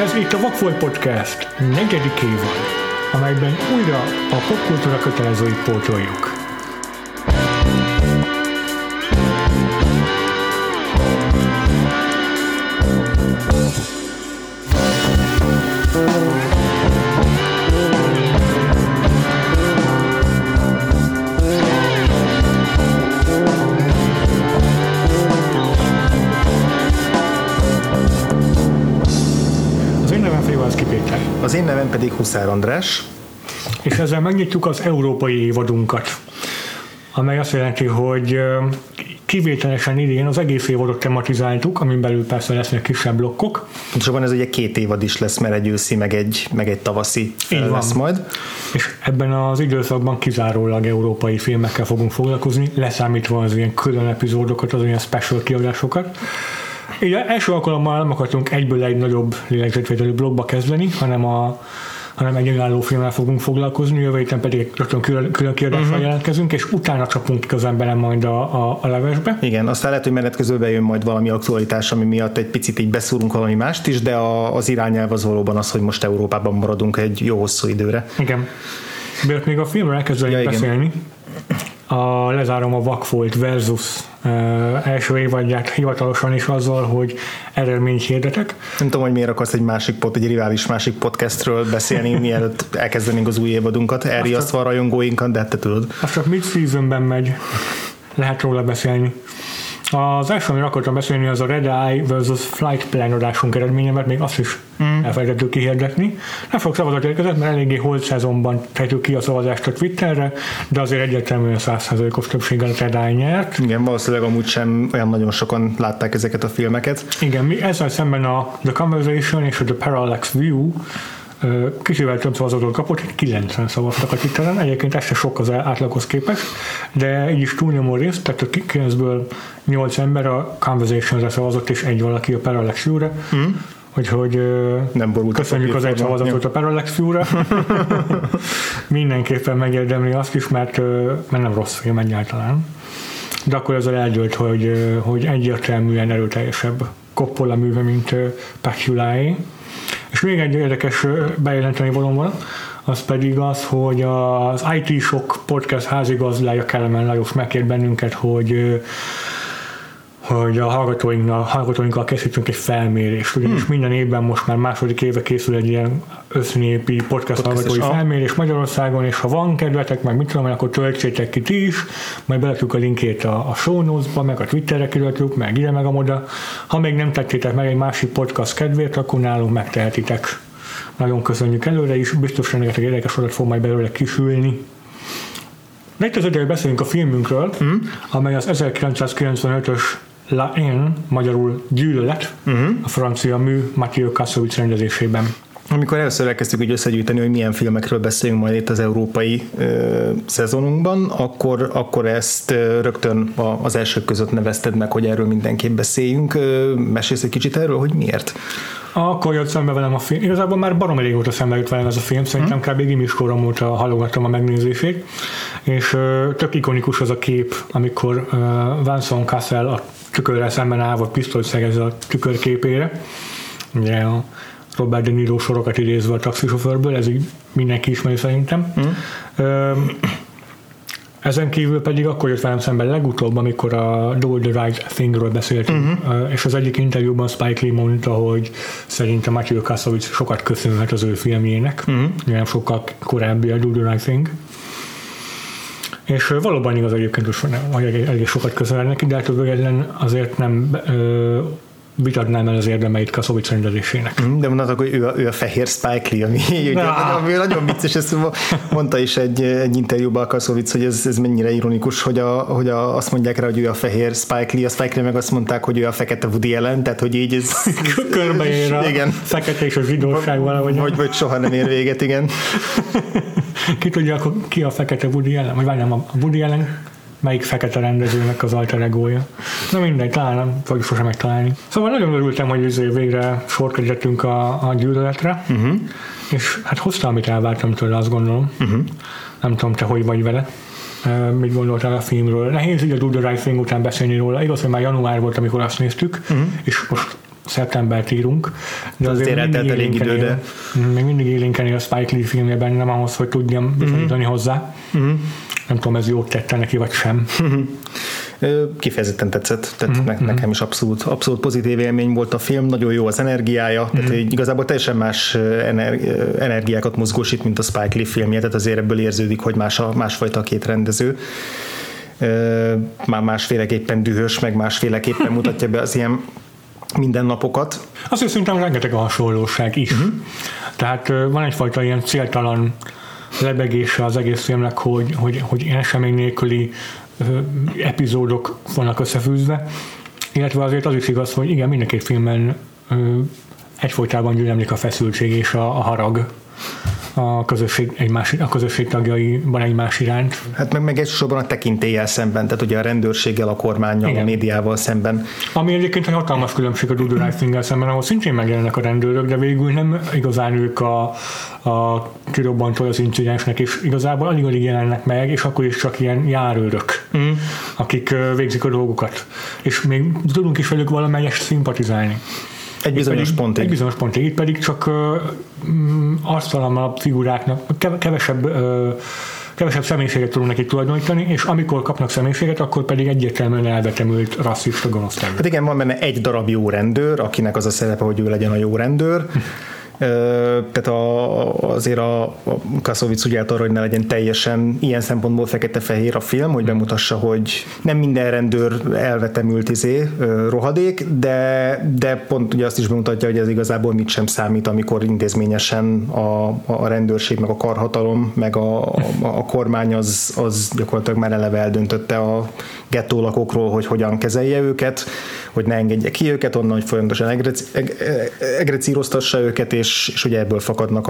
Ez itt a Vakfolt Podcast 4. évad, amelyben újra a popkultúra kötelezőit pótoljuk. Az én nevem pedig Huszár András. És ezzel megnyitjuk az európai évadunkat, amely azt jelenti, hogy kivételesen idén az egész évadot tematizáltuk, amin belül persze lesznek kisebb blokkok. Pontosabban ez ugye 2 évad is lesz, mert egy őszi, meg egy tavaszi lesz majd. És ebben az időszakban kizárólag európai filmekkel fogunk foglalkozni, leszámítva az ilyen külön epizódokat, az ilyen special kiadásokat. Így első alkalommal nem akartunk egyből egy nagyobb lélegzetvételű blogba kezdeni, hanem egy önálló filmmel fogunk foglalkozni, jövő héten pedig rögtön külön kiadással jelentkezünk, és utána csapunk igazán bele majd a levesbe. Igen, aztán lehet, hogy menet közben jön majd valami aktualitás, ami miatt egy picit így beszúrunk valami mást is, de az irányelv az valóban az, hogy most Európában maradunk egy jó hosszú időre. Igen. Mielőtt még a filmről elkezdenék beszélni, lezárom a Vakfolt versus első évadját hivatalosan is azzal, hogy eredményt hirdetek. Nem tudom, hogy miért akarsz egy rivális másik podcastről beszélni, mielőtt elkezdenénk az új évadunkat, elriasztva a rajongóinkat, de te tudod. Az csak mid-seasonben megy, lehet róla beszélni. Az első, amiről akartam beszélni, az a Red Eye versus Flight Plan adásunk eredménye, mert még azt is elfelejtettük kihirdetni. Nem fog szavazat érkezett, mert eléggé holt szezonban tettük ki a szavazást a Twitterre, de azért egyértelműen 100%-os többséggel a Red Eye nyert. Igen, valószínűleg amúgy sem olyan nagyon sokan látták ezeket a filmeket. Igen, mi ezzel szemben a The Conversation és a The Parallax View kicsivel több szavazatot kapott, 90 szavaztak a Twitteren, egyébként ez se sok az átlaghoz képest, de így is túlnyomó részt, tehát a 9-ből 8 ember a Conversation-re szavazott, és egy valaki a Parallax View-re, úgyhogy köszönjük az egy szavazatot a Parallax View-ra. Mindenképpen megérdemli azt is, mert nem rossz film egyáltalán. De akkor ezzel eldőlt, hogy egyértelműen erőteljesebb Coppola műve, mint Peculae. És még egy érdekes bejelenteni valóm van, az pedig az, hogy az IT Shock podcast házigazdája Kelemen Lajos megkért bennünket, hogy a hallgatóinkkal készítünk egy felmérést, ugyanis minden évben most már második éve készül egy ilyen össznépi podcast hallgatói felmérés Magyarországon, és ha van kedvetek, meg mit tudom, akkor töltsétek ki ti is, majd beletjük a linkét a show notes-ba, meg a Twitterre kirakjuk, meg ide, meg amoda. Ha még nem tettétek meg egy másik podcast kedvéért, akkor nálunk megtehetitek. Nagyon köszönjük előre is, biztos rengeteg érdekes adat fog majd belőle kisülni. De itt az ideje beszélünk a filmünkről, amely az 1995-ös La Haine, magyarul Gyűlölet, a francia mű Mathieu Kassovitz rendezésében. Amikor először elkezdtük úgy összegyűjteni, hogy milyen filmekről beszélünk majd itt az európai szezonunkban, akkor ezt rögtön az elsők között nevezted meg, hogy erről mindenképp beszéljünk. Mesélsz egy kicsit erről, hogy miért? Akkor jött szembe velem a film. Igazából már baromi régóta szembe jött velem ez a film, szerintem kb. Gimiskorom óta halogattam a megnézését, és tök ikonikus az a kép, amikor Vincent Cassel a tükörrel szemben állva pisztolyt szegez a tükörképére. Ugye a Robert De Niro sorokat idézve a taxisofőrből, ez így mindenki ismeri szerintem. Ezen kívül pedig akkor jött velem szemben legutóbb, amikor a Do the Right Thingről beszéltünk, és az egyik interjúban Spike Lee mondta, hogy szerintem Mathieu Kassovitz sokat köszönhet az ő filmjének, nem sokkal korábbi a Do the Right Thing. És valóban igaz egyébként, hogy elég sokat köszönhet neki, de hát azért nem vitatnám el az érdemeit Kassovitz rendezésésének. De mondhatok, hogy ő a fehér Spike Lee, ami nagyon vicces, ezt mondta is egy interjúban Kassovitz, hogy ez mennyire ironikus, hogy azt mondják rá, hogy ő a fehér Spike Lee, a Spike Lee meg azt mondták, hogy ő a fekete Woody Allen, tehát hogy így ez... Körbeér a fekete és a zsidóság valahogy. Vagy soha nem ér véget, igen. Ki tudja, ki a fekete Woody Allen? Vagy várjam, a Woody Allen melyik fekete rendezőnek az alter egója. Na mindegy, talán nem fogjuk sosem megtalálni. Szóval nagyon örültem, hogy végre sort kerítettünk a Gyűlöletre, és hát hozta, amit elvártam tőle, azt gondolom. Nem tudom, te hogy vagy vele. Mit gondoltál a filmről? Nehéz így a Do the Right Thing után beszélni róla. Igaz, hogy már január volt, amikor azt néztük, és most szeptembert írunk, de azért eltelt elég idő, de... Még mindig élénkeni a Spike Lee filmje bennem ahhoz, hogy tudjam viszonyítani hozzá. Nem tudom, ez jót tette neki, vagy sem. Kifejezetten tetszett, tehát nekem is abszolút pozitív élmény volt a film, nagyon jó az energiája, tehát igazából teljesen más energiákat mozgósít, mint a Spike Lee filmje, tehát azért ebből érződik, hogy másfajta a két rendező. Már másféleképpen dühös, meg másféleképpen mutatja be az ilyen mindennapokat. Azt szerintem rengeteg a hasonlóság is. Tehát van egyfajta ilyen céltalan lebegése az egész filmnek, hogy esemény nélküli epizódok vannak összefűzve, illetve azért az is igaz, hogy igen, mind a két filmben egyfolytában gyűlölik a feszültség és a harag a közösség tagjaiban egymás iránt. Hát meg elsősorban a tekintéllyel szemben, tehát ugye a rendőrséggel, a kormánnyal, a médiával szemben. Ami egyébként egy hatalmas különbség a Do the Right Thing-gel szemben, ahol szintén megjelennek a rendőrök, de végül nem igazán ők a kirobbantó az incidensnek, és igazából alig jelennek meg, és akkor is csak ilyen járőrök, akik végzik a dolgokat. És még tudunk is velük valamelyest szimpatizálni. Egy bizonyos pontig. Itt pedig csak arctalanabb figuráknak kevesebb személyiséget tudunk neki tulajdonítani, és amikor kapnak személyiséget, akkor pedig egyértelműen elvetemült rasszista gonosz rendőr. Hát igen, van benne egy darab jó rendőr, akinek az a szerepe, hogy ő legyen a jó rendőr. Tehát azért a Kassovitz úgy állt arra, hogy ne legyen teljesen ilyen szempontból fekete-fehér a film, hogy bemutassa, hogy nem minden rendőr elvetemült rohadék, de pont ugye azt is bemutatja, hogy ez igazából mit sem számít, amikor intézményesen a rendőrség, meg a karhatalom, meg a kormány az gyakorlatilag már eleve eldöntötte a gettó lakókról, hogy hogyan kezelje őket, hogy ne engedje ki őket, onnan, hogy folyamatosan egrecíroztassa őket, és ugye ebből fakadnak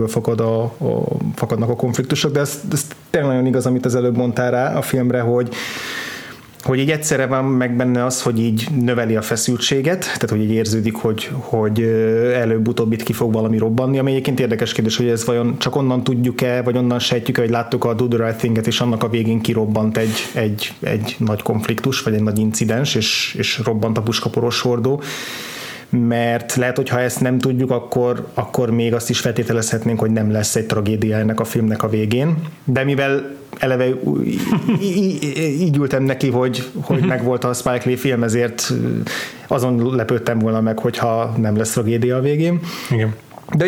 a konfliktusok, de ez tényleg nagyon igaz, amit az előbb mondtál rá a filmre, hogy így egyszerre van meg benne az, hogy így növeli a feszültséget, tehát hogy így érződik, hogy előbb-utóbb itt ki fog valami robbanni, ami egyébként érdekes kérdés, hogy ez vajon csak onnan tudjuk-e, vagy onnan sejtjük-e, hogy láttuk a Do the Right Thing-et, és annak a végén kirobbant egy nagy konfliktus, vagy egy nagy incidens, és robbant a puskaporos hordó. Mert lehet, hogy ha ezt nem tudjuk, akkor még azt is feltételezhetnénk, hogy nem lesz egy tragédia ennek a filmnek a végén. De mivel eleve így ültem neki, hogy megvolt a Spike Lee film, ezért azon lepődtem volna meg, hogyha nem lesz tragédia a végén. Igen. De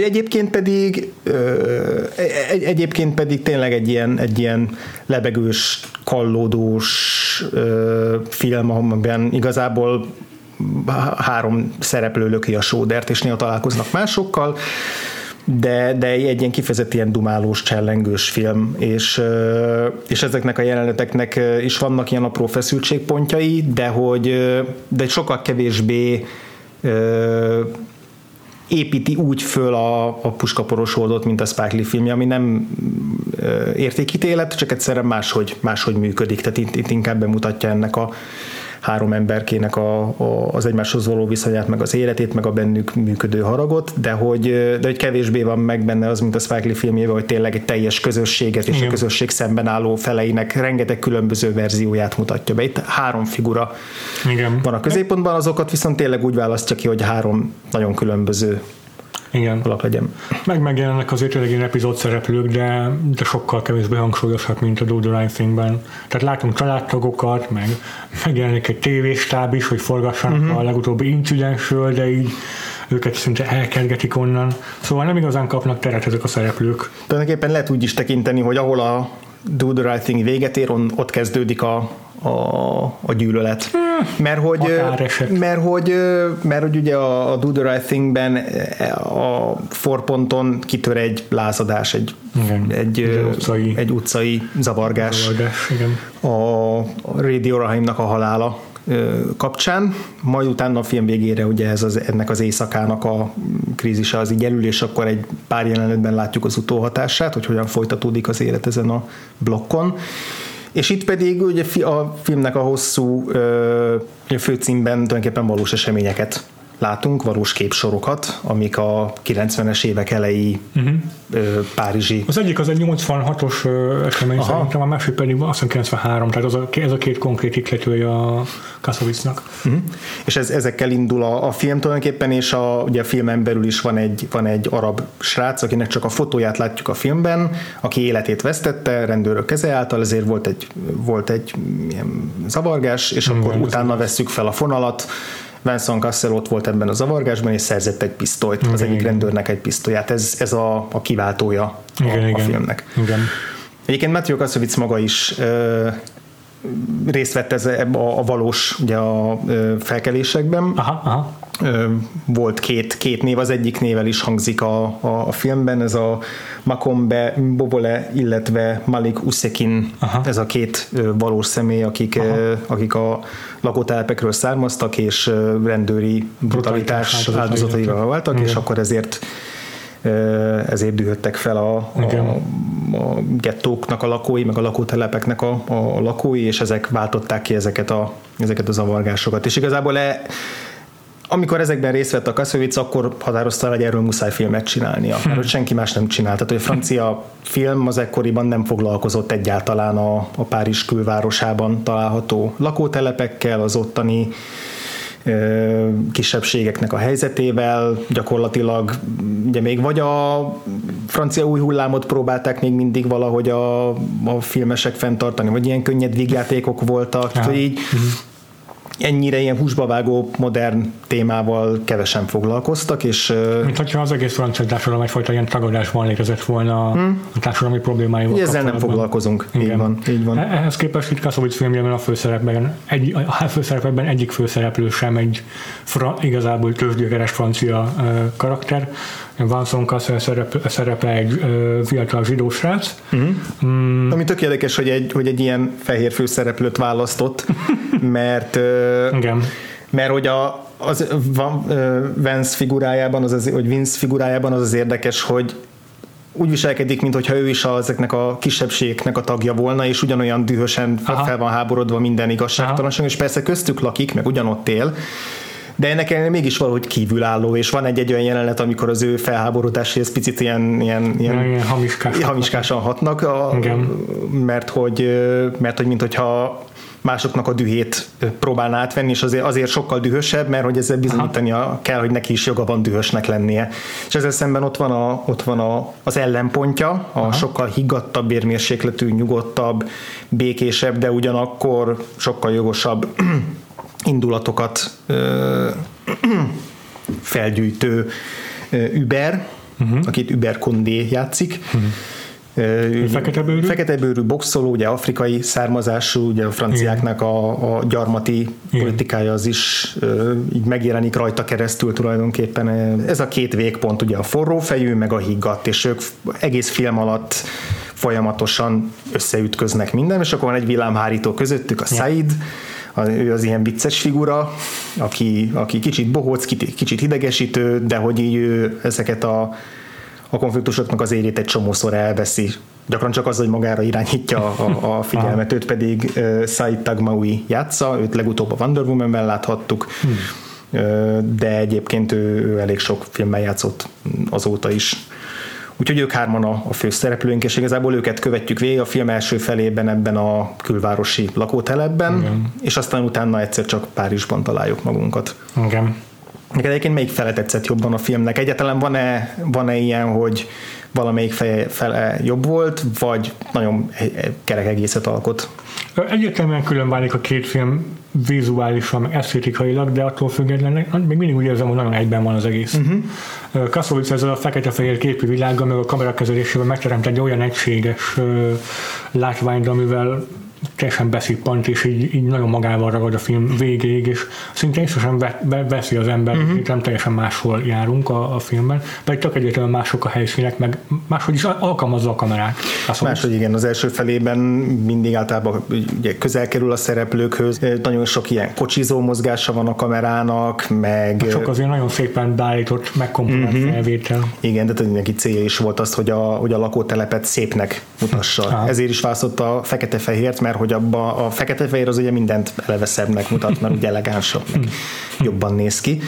egyébként pedig tényleg egy ilyen lebegős, kallódós film, amiben igazából 3 szereplő löki a sódert, és néha találkoznak másokkal, de egy ilyen kifejezett ilyen dumálós, csellengős film, és ezeknek a jeleneteknek is vannak ilyen apró feszültségpontjai, de sokkal kevésbé építi úgy föl a puskaporos oldalt, mint a Spike Lee filmje, ami nem értékítélet, csak egyszerűen máshogy működik, tehát itt inkább bemutatja ennek a 3 emberkének az egymáshoz való viszonyát, meg az életét, meg a bennük működő haragot, de hogy kevésbé van meg benne az, mint a Spike Lee filmjében, hogy tényleg egy teljes közösséget és a közösség szemben álló feleinek rengeteg különböző verzióját mutatja be. Itt 3 figura van a középpontban, azokat viszont tényleg úgy választja ki, hogy 3 nagyon különböző alak legyen. Megjelennek azért tényleg ilyen epizód szereplők, de sokkal kevésbé hangsúlyosak, mint a Do the Right Thing-ben. Tehát látunk családtagokat, megjelenik egy tévéstáb is, hogy forgassanak a legutóbbi incidensről, de így őket szinte elkergetik onnan. Szóval nem igazán kapnak teret ezek a szereplők. Tulajdonképpen lehet úgy is tekinteni, hogy ahol a Do the Right Thing véget ér, ott kezdődik a gyűlölet. Mert hogy ugye a Do the Right Thingben a forponton kitör egy lázadás, egy utcai zavargás. Igen. A Radio Rahimnak a halála kapcsán, majd utána a film végére ugye ennek az éjszakának a krízise az így elül, és akkor egy pár jelenetben látjuk az utóhatását, hogy hogyan folytatódik az élet ezen a blokkon. És itt pedig ugye a filmnek a hosszú főcímben tulajdonképpen valós eseményeket látunk, valós képsorokat, amik a 90-es évek elejé párizsi. Az egyik az egy 86-os esemény szerintem, a másik pedig azt hiszem 93, tehát ez a két konkrét ikletője a Kassovitz-nak. És ezekkel indul a film tulajdonképpen, és ugye a filmen belül is van egy arab srác, akinek csak a fotóját látjuk a filmben, aki életét vesztette rendőrök keze által, ezért volt egy ilyen zavargás, és akkor utána vesszük fel a fonalat. Vincent Cassel ott volt ebben a zavargásban, és szerzett egy pisztolyt, az egyik rendőrnek egy pisztolyát. Ez a kiváltója a filmnek. Igen. Egyébként Matthew Kassovitz maga is részt vett a valós ugye a felkelésekben. Aha. Volt két név, az egyik nével is hangzik a filmben, ez a Makombe Mbobole, illetve Malik Usekin, ez a két valós személy, akik a lakótelepekről származtak, és rendőri brutalitás áldozataival voltak, és akkor ezért dühöttek fel a gettóknak a lakói, meg a lakótelepeknek a lakói, és ezek váltották ki ezeket a zavargásokat. És igazából amikor ezekben részt vett a Kassovitz, akkor határozta el, hogy erről muszáj filmet csinálnia. Mert hogy senki más nem csinált. Tehát, hogy a francia film az ekkoriban nem foglalkozott egyáltalán a Párizs külvárosában található lakótelepekkel, az ottani kisebbségeknek a helyzetével, gyakorlatilag ugye még vagy a francia új hullámot próbálták még mindig valahogy a filmesek fenntartani, vagy ilyen könnyed vígjátékok voltak, tehát így ennyire ilyen húsba vágó modern témával kevesen foglalkoztak, és... Mint hogyha az egész francia társadalom egyfajta ilyen tagadásban létezett volna a társadalmi problémáival. Ezzel nem foglalkozunk. Így van. Ehhez képest itt Kassovitz filmjében a főszerepekben egyik főszereplő sem egy igazából tőzsgyökeres francia karakter. Vincent Cassel szerepe egy fiatal zsidó srác. Ami tök érdekes, hogy egy ilyen fehér főszereplőt választott, mert hogy Vince figurájában az érdekes, hogy úgy viselkedik, mintha ő is ezeknek a kisebbségeknek a tagja volna, és ugyanolyan dühösen fel van háborodva minden igazságtalanság, és persze köztük lakik, meg ugyanott él, de ennek mégis valahogy kívülálló, és van egy olyan jelenet, amikor az ő felháborodáshoz picit ilyen hamiskásan hatnak, mert hogy minthogyha másoknak a dühét próbálná átvenni, és azért sokkal dühösebb, mert hogy ezzel bizonyítania kell, hogy neki is joga van dühösnek lennie. És ezzel szemben ott van az ellenpontja, sokkal higgadtabb, érmérsékletű, nyugodtabb, békésebb, de ugyanakkor sokkal jogosabb indulatokat felgyűjtő Uber, akit Uber Condé játszik. Feketebőrű boxoló, ugye afrikai származású, ugye a franciáknak a gyarmati politikája az is így megjelenik rajta keresztül tulajdonképpen. Ez a két végpont, ugye a forró fejű, meg a higgadt, és ők egész film alatt folyamatosan összeütköznek minden, és akkor van egy villámhárító közöttük, a Said, ő az ilyen vicces figura, aki kicsit bohóc, kicsit hidegesítő, de hogy így ő ezeket a konfliktusoknak az érét egy csomószor elveszi. Gyakran csak az, hogy magára irányítja a figyelmet, őt pedig Said Taghmaoui játsza, őt legutóbb a Wonder Woman-ben láthattuk, de egyébként ő elég sok filmben játszott azóta is. Úgyhogy ők hárman a főszereplőink, és igazából őket követjük végig a film első felében ebben a külvárosi lakótelepben, és aztán utána egyszer csak Párizsban találjuk magunkat. Igen. Neked egyébként melyik fele tetszett jobban a filmnek? Egyáltalán van-e ilyen, hogy valamelyik fele jobb volt, vagy nagyon kerek egészet alkot? Egyértelműen külön válik a két film vizuálisan, meg esztétikailag, de attól függetlenül még mindig úgy érzem, hogy nagyon egyben van az egész. Kassovitz ezzel a fekete-fehér képű világgal, meg a kamerakezelésével megteremt egy olyan egységes látványt, amivel teljesen beszippant, és így nagyon magával ragad a film végéig, és szinte észre sem veszi az ember, nem teljesen máshol járunk a filmben, pedig csak egyértelműen mások a helyszínek, meg máshogy is alkalmazza a kamerát. Máshogy igen, az első felében mindig általában ugye közel kerül a szereplőkhöz, nagyon sok ilyen kocsizó mozgása van a kamerának, meg... Sok azért nagyon szépen beállított, megkomponált felvétel. Igen, de neki célja is volt az, hogy a lakótelepet szépnek mutassa. Ezért is választott a fekete-fehért, mert hogy abba a fekete-fehér az ugye mindent eleve szebbnek mutat, mert ugye elegánsabb, jobban néz ki.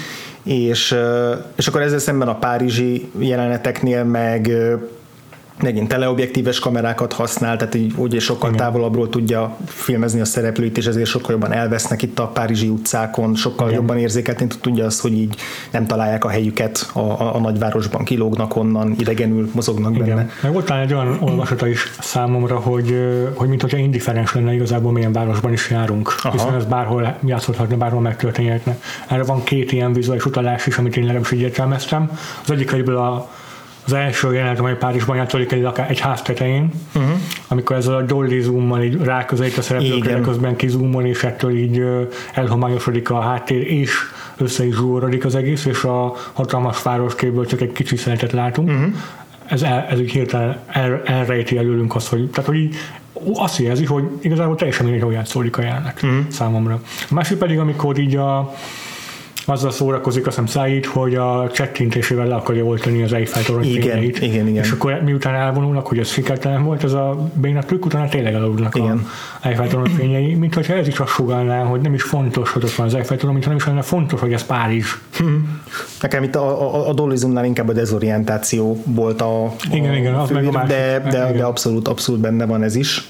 és akkor ezzel szemben a párizsi jeleneteknél megint teleobjektíves kamerákat használ, tehát úgy sokkal távolabbról tudja filmezni a szereplőit, és ezért sokkal jobban elvesznek itt a párizsi utcákon, sokkal jobban érzékelni tudja azt, hogy így nem találják a helyüket a nagyvárosban, kilógnak onnan, idegenül mozognak benne. Meg ott egy olyan olvasata is számomra, hogy mintha indifferens lenne igazából, milyen városban is járunk, hiszen ez bárhol játszhatna, bárhol megtörténhetne. Erre van 2 ilyen vizuális utalás is, amit én legalábbis így értelmeztem. Az egyik egyből az első jelenet, amely Párizsban játszik egy ház tetején, amikor ezzel a dolly zoommal így ráközelít a szereplőkre, közben kizoomol, és ettől így elhomályosodik a háttér, és össze is zsúrodik az egész, és a hatalmas városképből csak egy kicsi szeletet látunk. Ez így hirtelen elrejti előlünk azt, hogy így azt jelzi, hogy igazából teljesen mindegy, hogy játszódik a jelenet számomra. A másik pedig, amikor így azzal szórakozik, azt hiszem Said, hogy a csettintésével le akarja oltani az Eiffel-torony fényeit. Igen. És akkor miután elvonulnak, hogy ez sikertelen volt, ez a béna trükk, utána tényleg elaludnak az Eiffel-torony fényei, mint hogyha ez is azt sugálná, hogy nem is fontos, hogy ott van az Eiffel-torony, mint hanem is lenne fontos, hogy ez Párizs. Nekem itt a dolly zoomnál inkább a dezorientáció volt igen, az meg a másik. De abszolút benne van ez is.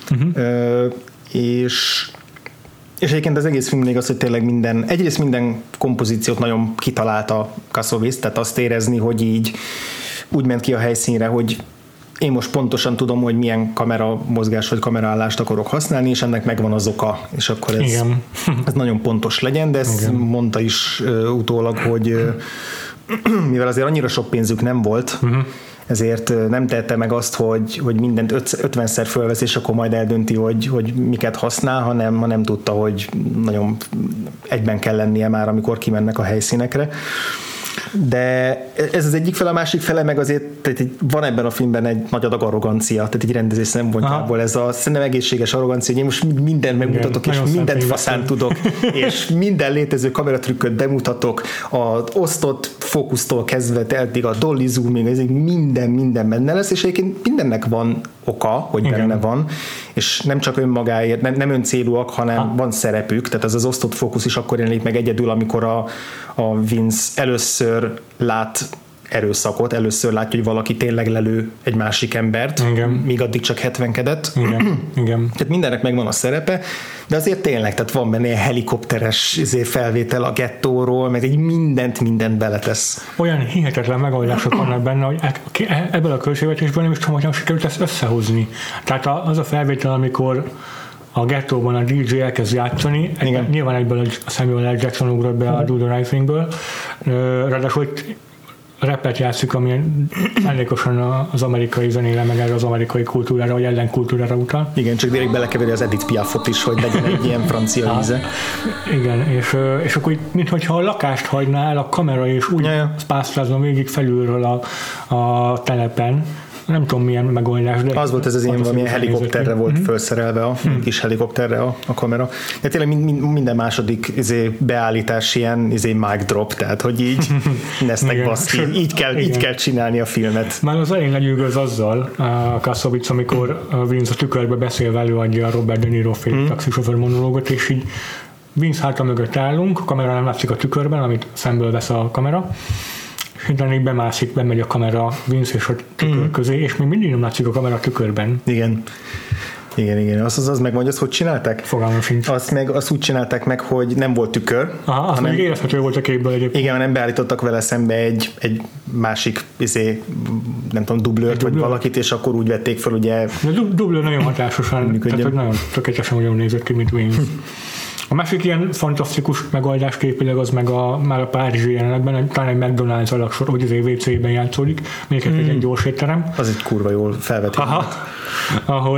És egyébként az egész film még az, hogy tényleg egyrészt minden kompozíciót nagyon kitalálta Kassovitz, tehát azt érezni, hogy így úgy ment ki a helyszínre, hogy én most pontosan tudom, hogy milyen kamera mozgás vagy kameraállást akarok használni, és ennek megvan az oka, és akkor ez nagyon pontos legyen, de ezt mondta is utólag, hogy mivel azért annyira sok pénzük nem volt, ezért nem tette meg azt, hogy mindent 50-szer fölvesz, és akkor majd eldönti, hogy miket használ, hanem tudta, hogy nagyon egyben kell lennie már, amikor kimennek a helyszínekre. De ez az egyik fele, a másik fele meg azért tehát van ebben a filmben egy nagy adag arrogancia, tehát egy rendezés szempontjából ez a szerintem egészséges arrogancia, hogy én most mindent megmutatok, és mindent faszán tudok, és minden létező kameratrükköt bemutatok, az osztott fókusztól kezdve eddig a dolly zooming, ez minden benne lesz, és egyébként mindennek van oka, hogy benne van, és nem csak önmagáért, nem öncélúak, hanem van szerepük, tehát az osztott fókusz is akkor jelenik meg egyedül, amikor a Vince először lát erőszakot, először látja, hogy valaki tényleg lelő egy másik embert, míg addig csak 70-kedett. Igen. Tehát mindennek megvan a szerepe, de azért tényleg, tehát van benne egy helikopteres felvétel a gettóról, meg egy mindent beletesz. Olyan hihetetlen megoldások vannak benne, hogy ebből a költségvetésből nem is tudom, hogyan sikerült ezt összehozni. Tehát az a felvétel, amikor a gettóban a DJ elkezd játszani, nyilván egyből a Samuel L. Jackson ugrott be a Do the Right Thing-ből, ráadásul rappet játszik, ami elnékosan az amerikai zenére, meg erre az amerikai kultúrára, vagy ellenkultúrára utal. Igen, csak direkt belekeveri az Edith Piafot is, hogy legyen egy ilyen francia íze. Igen, és akkor mintha a lakást hagyná el a kamera, és úgy pásztrázna végig felülről a telepen. Nem tudom milyen megoldás, de az volt ez ilyen valamilyen helikopterre volt felszerelve, a kis helikopterre a kamera. De tényleg minden második beállítás ilyen mic drop, tehát hogy így nesznek baszki, így kell csinálni a filmet. Már az elején legyűgöz azzal a Kassovitz, amikor Vince a tükörbe beszélve előadja a Robert De Niro fél taxisofőr monológot, és így Vince háta mögött állunk, a kamera nem látszik a tükörben, amit szemből vesz a kamera, utána bemászik, bemegy a kamera Vince és a tükör közé, és még mindig nem látszik a kamera a tükörben. Igen. Az megmondja, azt hogy csinálták? Fogalmam sincs. Azt úgy csinálták meg, hogy nem volt tükör. Azt még érezhető volt a képből egyébként. Igen, nem beállítottak vele szembe egy másik nem tudom, dublőrt vagy valakit, és akkor úgy vették fel, ugye... De dublőr nagyon hatásosan, tehát hogy nagyon tökéletesen olyan nézett ki, mint Vince. A másik ilyen fantasztikus megoldás képileg az meg már a párizsi jelenetben, talán egy McDonald's alaksor, hogy az WC-ben játszódik, még egy gyors étterem. Az egy kurva jól felvetett. Ahol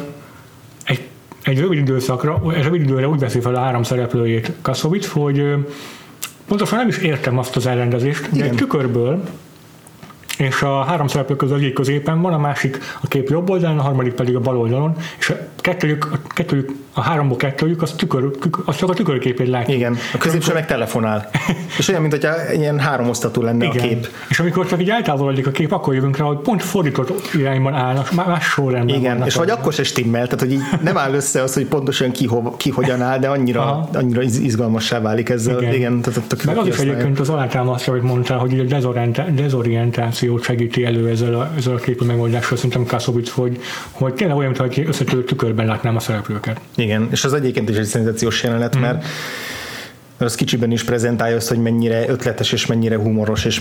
egy rövid időre úgy veszi fel a 3 szereplőjét Kassovitz, hogy pontosan nem is értem azt az elrendezést, de egy tükörből és a három szereplő közül egyik középen van, a másik a kép jobb oldalon, a harmadik pedig a bal oldalon, és a háromból kettőjük, az csak a tükörképét látjuk. Igen, a középső meg telefonál. És olyan, mint hogyha ilyen háromosztatú lenne a kép. És amikor csak így eltávolodik a kép, akkor jövünk rá, hogy pont fordított irányban állnak, más sorrendben. Igen, és vagy akkor se stimmel, tehát hogy így nem áll össze az, hogy pontosan ki hogyan áll, de annyira izgalmassá válik ezzel. Igen, tehát meg az is egyébként az alátámasztja, amit mondtál, hogy a dezorientációt segíti elő ezzel a képi megoldással, szerintem Kassovitz, hogy tényleg olyan, mintha összetört tükörben látnám a szereplőket. Igen, és az egyébként is egy szenzációs jelenet, mert az kicsiben is prezentálja azt, hogy mennyire ötletes és mennyire humoros, és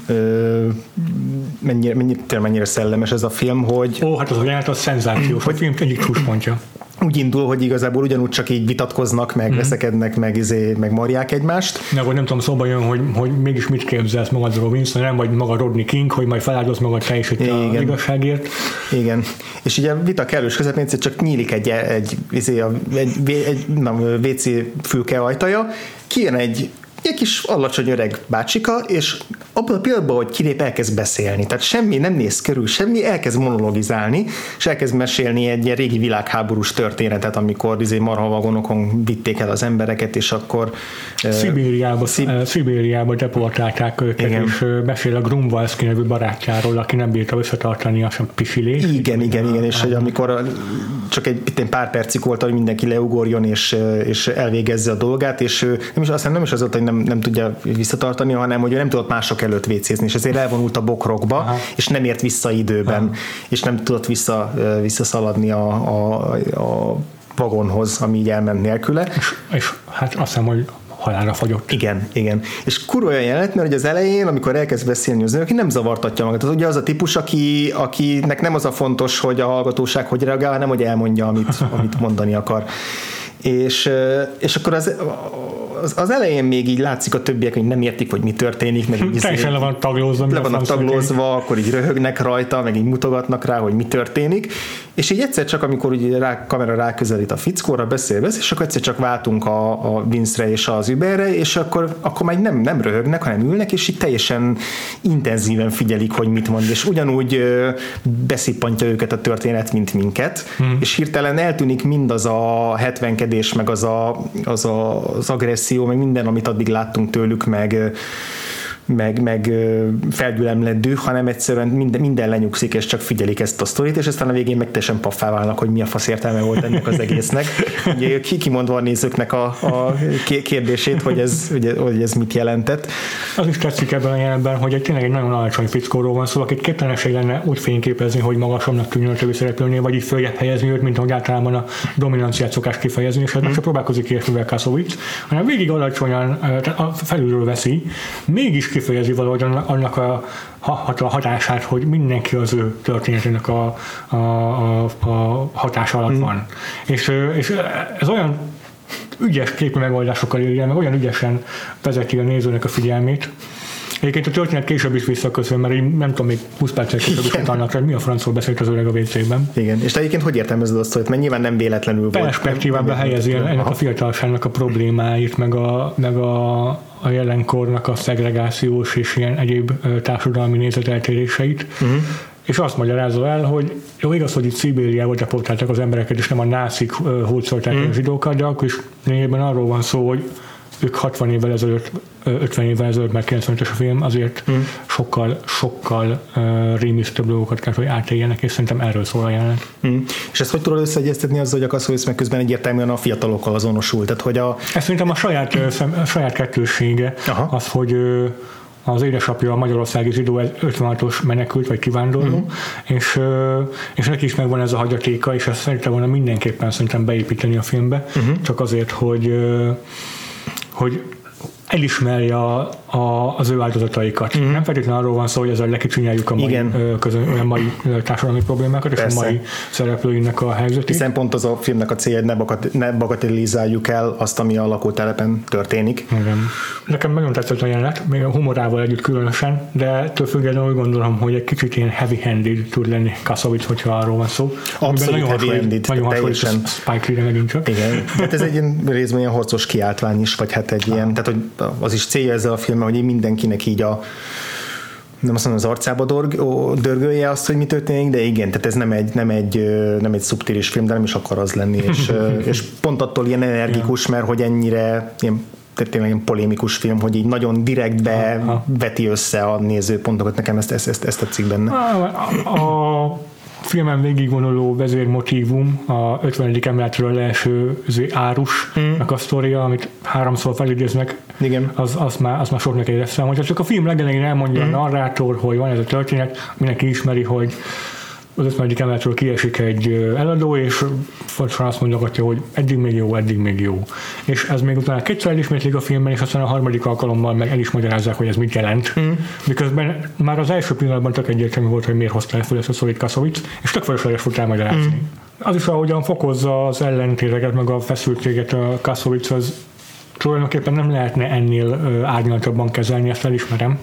mennyire szellemes ez a film, hogy... Hát az a jelenet az szenzációs, a film egyik csúcspontja. Úgy indul, hogy igazából ugyanúgy csak így vitatkoznak, meg veszekednek, meg marják egymást. De akkor nem tudom, szóba jön, hogy mégis mit képzelsz magadról, Winston, nem vagy maga Rodney King, hogy majd feláldoz magad te is itt az igazságért. Igen. És ugye a vita kellős közepén egyszer csak nyílik egy WC fülke ajtaja, kijön egy kis alacsony öreg bácsika, és abban a pillanatban, hogy kilép, elkezd beszélni. Tehát semmi, nem néz körül, semmi, elkezd monologizálni, és elkezd mesélni egy ilyen régi világháborús történetet, amikor marhavagonokon vitték el az embereket, és akkor... Szibériába deportálták őket, igen. És beszél a Grunwaldzki nevű barátjáról, aki nem bírta összetartani a pisilést. Igen, és hogy amikor csak egy pár percig volt, hogy mindenki leugorjon, és elvégezze a dolgát, és aztán nem is az volt, hogy nem tudja visszatartani, hanem hogy ő nem tudott mások előtt vécézni, és ezért elvonult a bokrokba, és nem ért vissza időben, és nem tudott visszaszaladni a vagonhoz, ami így elment nélküle. És hát azt hiszem, hogy halálra fagyott. Igen. És kurva olyan jelenet, mert az elején, amikor elkezd beszélni az aki nem zavartatja magát. Az ugye az a típus, akinek nem az a fontos, hogy a hallgatóság hogy reagál, hanem hogy elmondja, amit mondani akar. És akkor az elején még így látszik a többiek, hogy nem értik, hogy mi történik, meg így teljesen le van taglózva, akkor így röhögnek rajta, meg így mutogatnak rá, hogy mi történik, és így egyszer csak, amikor ugye kamera ráközelít a fickóra, beszél, és akkor egyszer csak váltunk a Vince-re és az Uberre, és akkor már nem röhögnek, hanem ülnek, és így teljesen intenzíven figyelik, hogy mit mond, és ugyanúgy beszippantja őket a történet, mint minket, és hirtelen eltűnik mindaz a hetvenkedés, meg az agresszió, meg minden, amit addig láttunk tőlük, meg felgyülemlett düh, hanem egyszerűen minden lenyugszik, és csak figyelik ezt a sztorit, és aztán a végén meg teljesen paffá válnak, hogy mi a fasz értelme volt ennek az egésznek. Ugye kimondva a nézőknek a kérdését, hogy ez mit jelentett. Az is tetszik ebben a jelenben, hogy tényleg egy nagyon alacsony fickóról van szó, akit képtelenség lenne úgy fényképezni, hogy magasabbnak tűnjön a többi szereplőnél, vagy így följebb helyezni őt, mint ahogy általában a dominanciát szokás kifejezni, és hát csak próbálkozik ilyesmivel Kassovitz, hanem végig alacsonyan felülről veszi, mégis kifejezi valahogy annak a hatását, hogy mindenki az ő történetének a hatása alatt van. És ez olyan ügyes képi megoldásokkal írja, meg olyan ügyesen vezeti a nézőnek a figyelmét. Egyébként a történet később is visszaköszön, mert így nem tudom, még 20 perccel később is utának, hogy mi a francról beszélt az öreg a WC-ben. Igen, és te egyébként hogy értelmezed azt, hogy nyilván nem véletlenül volt. Perspektívába helyezi ennek a fiatalságnak a problémáit, meg a jelenkornak a szegregációs és ilyen egyéb társadalmi nézeteltéréseit. És azt magyarázza el, hogy jó, igaz, hogy itt Szibériába deportáltak az embereket, és nem a nácik hódszolták a zsidókat, de akkor is lényegében arról van szó, hogy ők 60 évvel ezelőtt, 50 évvel ezelőtt, mert 95-ös a film, azért sokkal rémisztőbb dolgokat kell, hogy átéljenek, és szerintem erről szól a jelenet. És ezt hogy tudod összeegyeztetni azzal, hogy a Kassovitz meg közben egyértelműen a fiatalokkal azonosul? Tehát, hogy ez szerintem a saját kettőssége, az, hogy az édesapja a magyarországi zsidó 56-os menekült vagy kivándorló, és neki is megvan ez a hagyatéka, és ezt szerettem volna mindenképpen szerintem beépíteni a filmbe, csak azért, hogy elismerje az ő áldozataikat. Nem feltétlenül arról van szó, hogy ezzel lekicsinyelljük a mai társadalmi problémákat, és a mai szereplőinek a helyzetét. Hiszen pont az a filmnek a célja, hogy ne bagatelizáljuk el azt, ami a lakótelepen történik. Igen. Nekem nagyon tetszett a jelenet, még a humorával együtt különösen, de től függetlenül úgy gondolom, hogy egy kicsit ilyen heavy-handed tud lenni Kassovitz, hogyha arról van szó. Abszolút heavy-handed. Nagyon hasonlít a Spike Lee-re megint csak. Igen. Hát ez egy ilyen részben ilyen harcos kiáltvány is, vagy hát egy ilyen, tehát hogy az is célja ezzel a filmmel, hogy mindenkinek így nem azt mondom, az arcába dörgölje azt, hogy mi történik, de igen, tehát ez nem egy szubtilis film, de nem is akar az lenni, és pont attól ilyen energikus, mert hogy ennyire tehát tényleg egy polémikus film, hogy így nagyon direktbe veti össze a nézőpontokat, nekem ezt tetszik benne. A filmen végigvonuló vezérmotívum a 50. emeletről leeső árusnak a sztoria, amit 3-szor felidéznek, az már soknak éreztem. Hogyha csak a film legelején elmondja a narrátor, hogy van ez a történet, mindenki ismeri, hogy az 50. emeletről kiesik egy eladó, és fontosan azt mondogatja, hogy eddig még jó. És ez még utána kétszer elismétlik a filmben, és aztán a harmadik alkalommal meg el is magyarázzák, hogy ez mit jelent. Miközben már az első pillanatban tök egyértelmű volt, hogy miért hozta el fel ezt a Szovjet Kassovitz, és tök felesleges volt elmagyarázni. Az is, ahogyan fokozza az ellentéteket, meg a feszültséget a Kassovitz, az tulajdonképpen nem lehetne ennél árnyaltabban kezelni, ezt elismerem.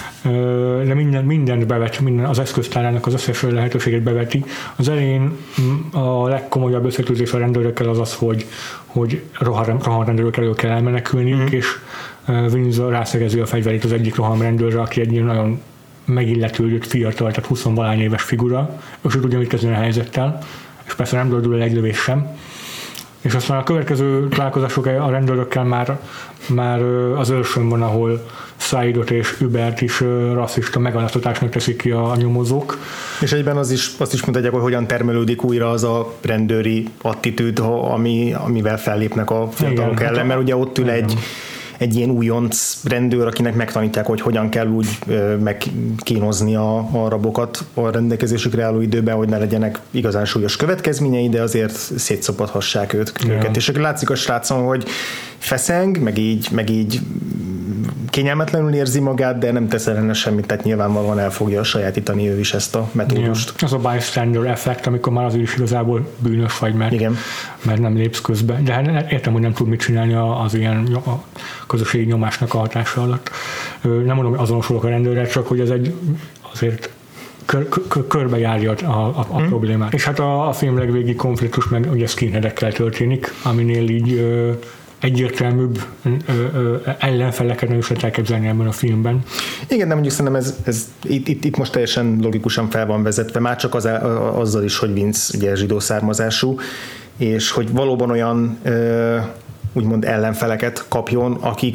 De mindent bevet, az eszköztárának az összes lehetőséget beveti. Az elején a legkomolyabb összetűzés a rendőrökkel az, hogy rohamrendőrök elől kell elmenekülniük, és Windsor rászegezi a fegyverét az egyik rohamrendőrre, aki egy nagyon megilletődött fiatal, tehát 20-valány éves figura, és ő tudja, mit kezdeni a helyzettel, és persze nem dördül el egy lövés sem. És aztán a következő találkozások a rendőrökkel már az őrsön van, ahol Saidot és Hubert is rasszista megaláztatásnak teszik ki a nyomozók. És egyben azt is mutatják, hogy hogyan termelődik újra az a rendőri attitűd, amivel fellépnek a fiatalok ellen, mert ugye ott ül egy ilyen újonc rendőr, akinek megtanítják, hogy hogyan kell úgy megkínozni a rabokat a rendelkezésükre álló időben, hogy ne legyenek igazán súlyos következményei, de azért szétszopathassák őket. És akkor látszik a srácon, hogy feszeng, meg így kényelmetlenül érzi magát, de nem tesz ellene semmit, tehát nyilvánvalóan el fogja sajátítani ő is ezt a metódust. Az a bystander effekt, amikor már az is igazából bűnös vagy, mert nem lépsz közbe. De hát értem, hogy nem tud mit csinálni az ilyen a közösségi nyomásnak a hatása alatt. Nem mondom, hogy azonosulok a rendőrrel, csak hogy ez azért körbejárja a problémát. És hát a film legvégi konfliktus meg ugye skinheadekkel történik, aminél így egyértelműbb ellenfeleket nem is lehet elképzelni ebben a filmben. Igen, de mondjuk szerintem ez itt most teljesen logikusan fel van vezetve, már csak azzal is, hogy Vince ugye zsidó származású, és hogy valóban olyan úgymond ellenfeleket kapjon,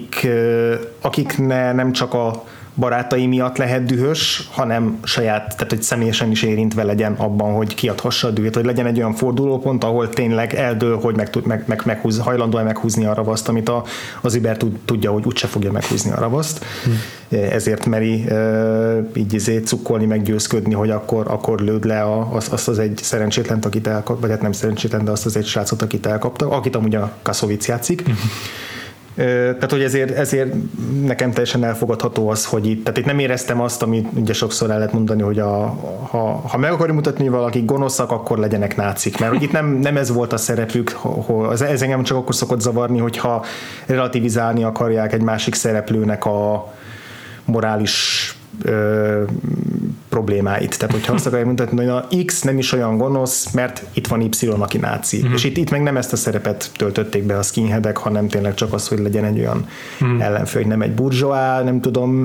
akik nem csak a barátai miatt lehet dühös, hanem saját, tehát hogy személyesen is érintve legyen abban, hogy kiadhassa a dühét, hogy legyen egy olyan fordulópont, ahol tényleg eldől, hogy hajlandó-e meghúzni a ravaszt, amit az Hubert tudja, hogy úgyse fogja meghúzni a ravaszt. Ezért meri így cukkolni, meggyőzködni, hogy akkor lőd le azt az egy szerencsétlent, akit elkap, vagy hát nem szerencsétlen, de azt az egy srácot, akit elkapta, akit amúgy a Kassovitz játszik. Tehát, hogy ezért nekem teljesen elfogadható az, hogy itt nem éreztem azt, amit ugye sokszor el lehet mondani, hogy ha meg akarjuk mutatni, hogy valaki gonoszak, akkor legyenek nácik, mert hogy itt nem ez volt a szerepük, ez engem csak akkor szokott zavarni, hogyha relativizálni akarják egy másik szereplőnek a morális problémáit. Tehát, hogyha azt akarják mutatni, hogy a X nem is olyan gonosz, mert itt van Y, aki náci. És itt meg nem ezt a szerepet töltötték be a skinheadek, hanem tényleg csak az, hogy legyen egy olyan ellenfő, hogy nem egy burzsóá, nem tudom,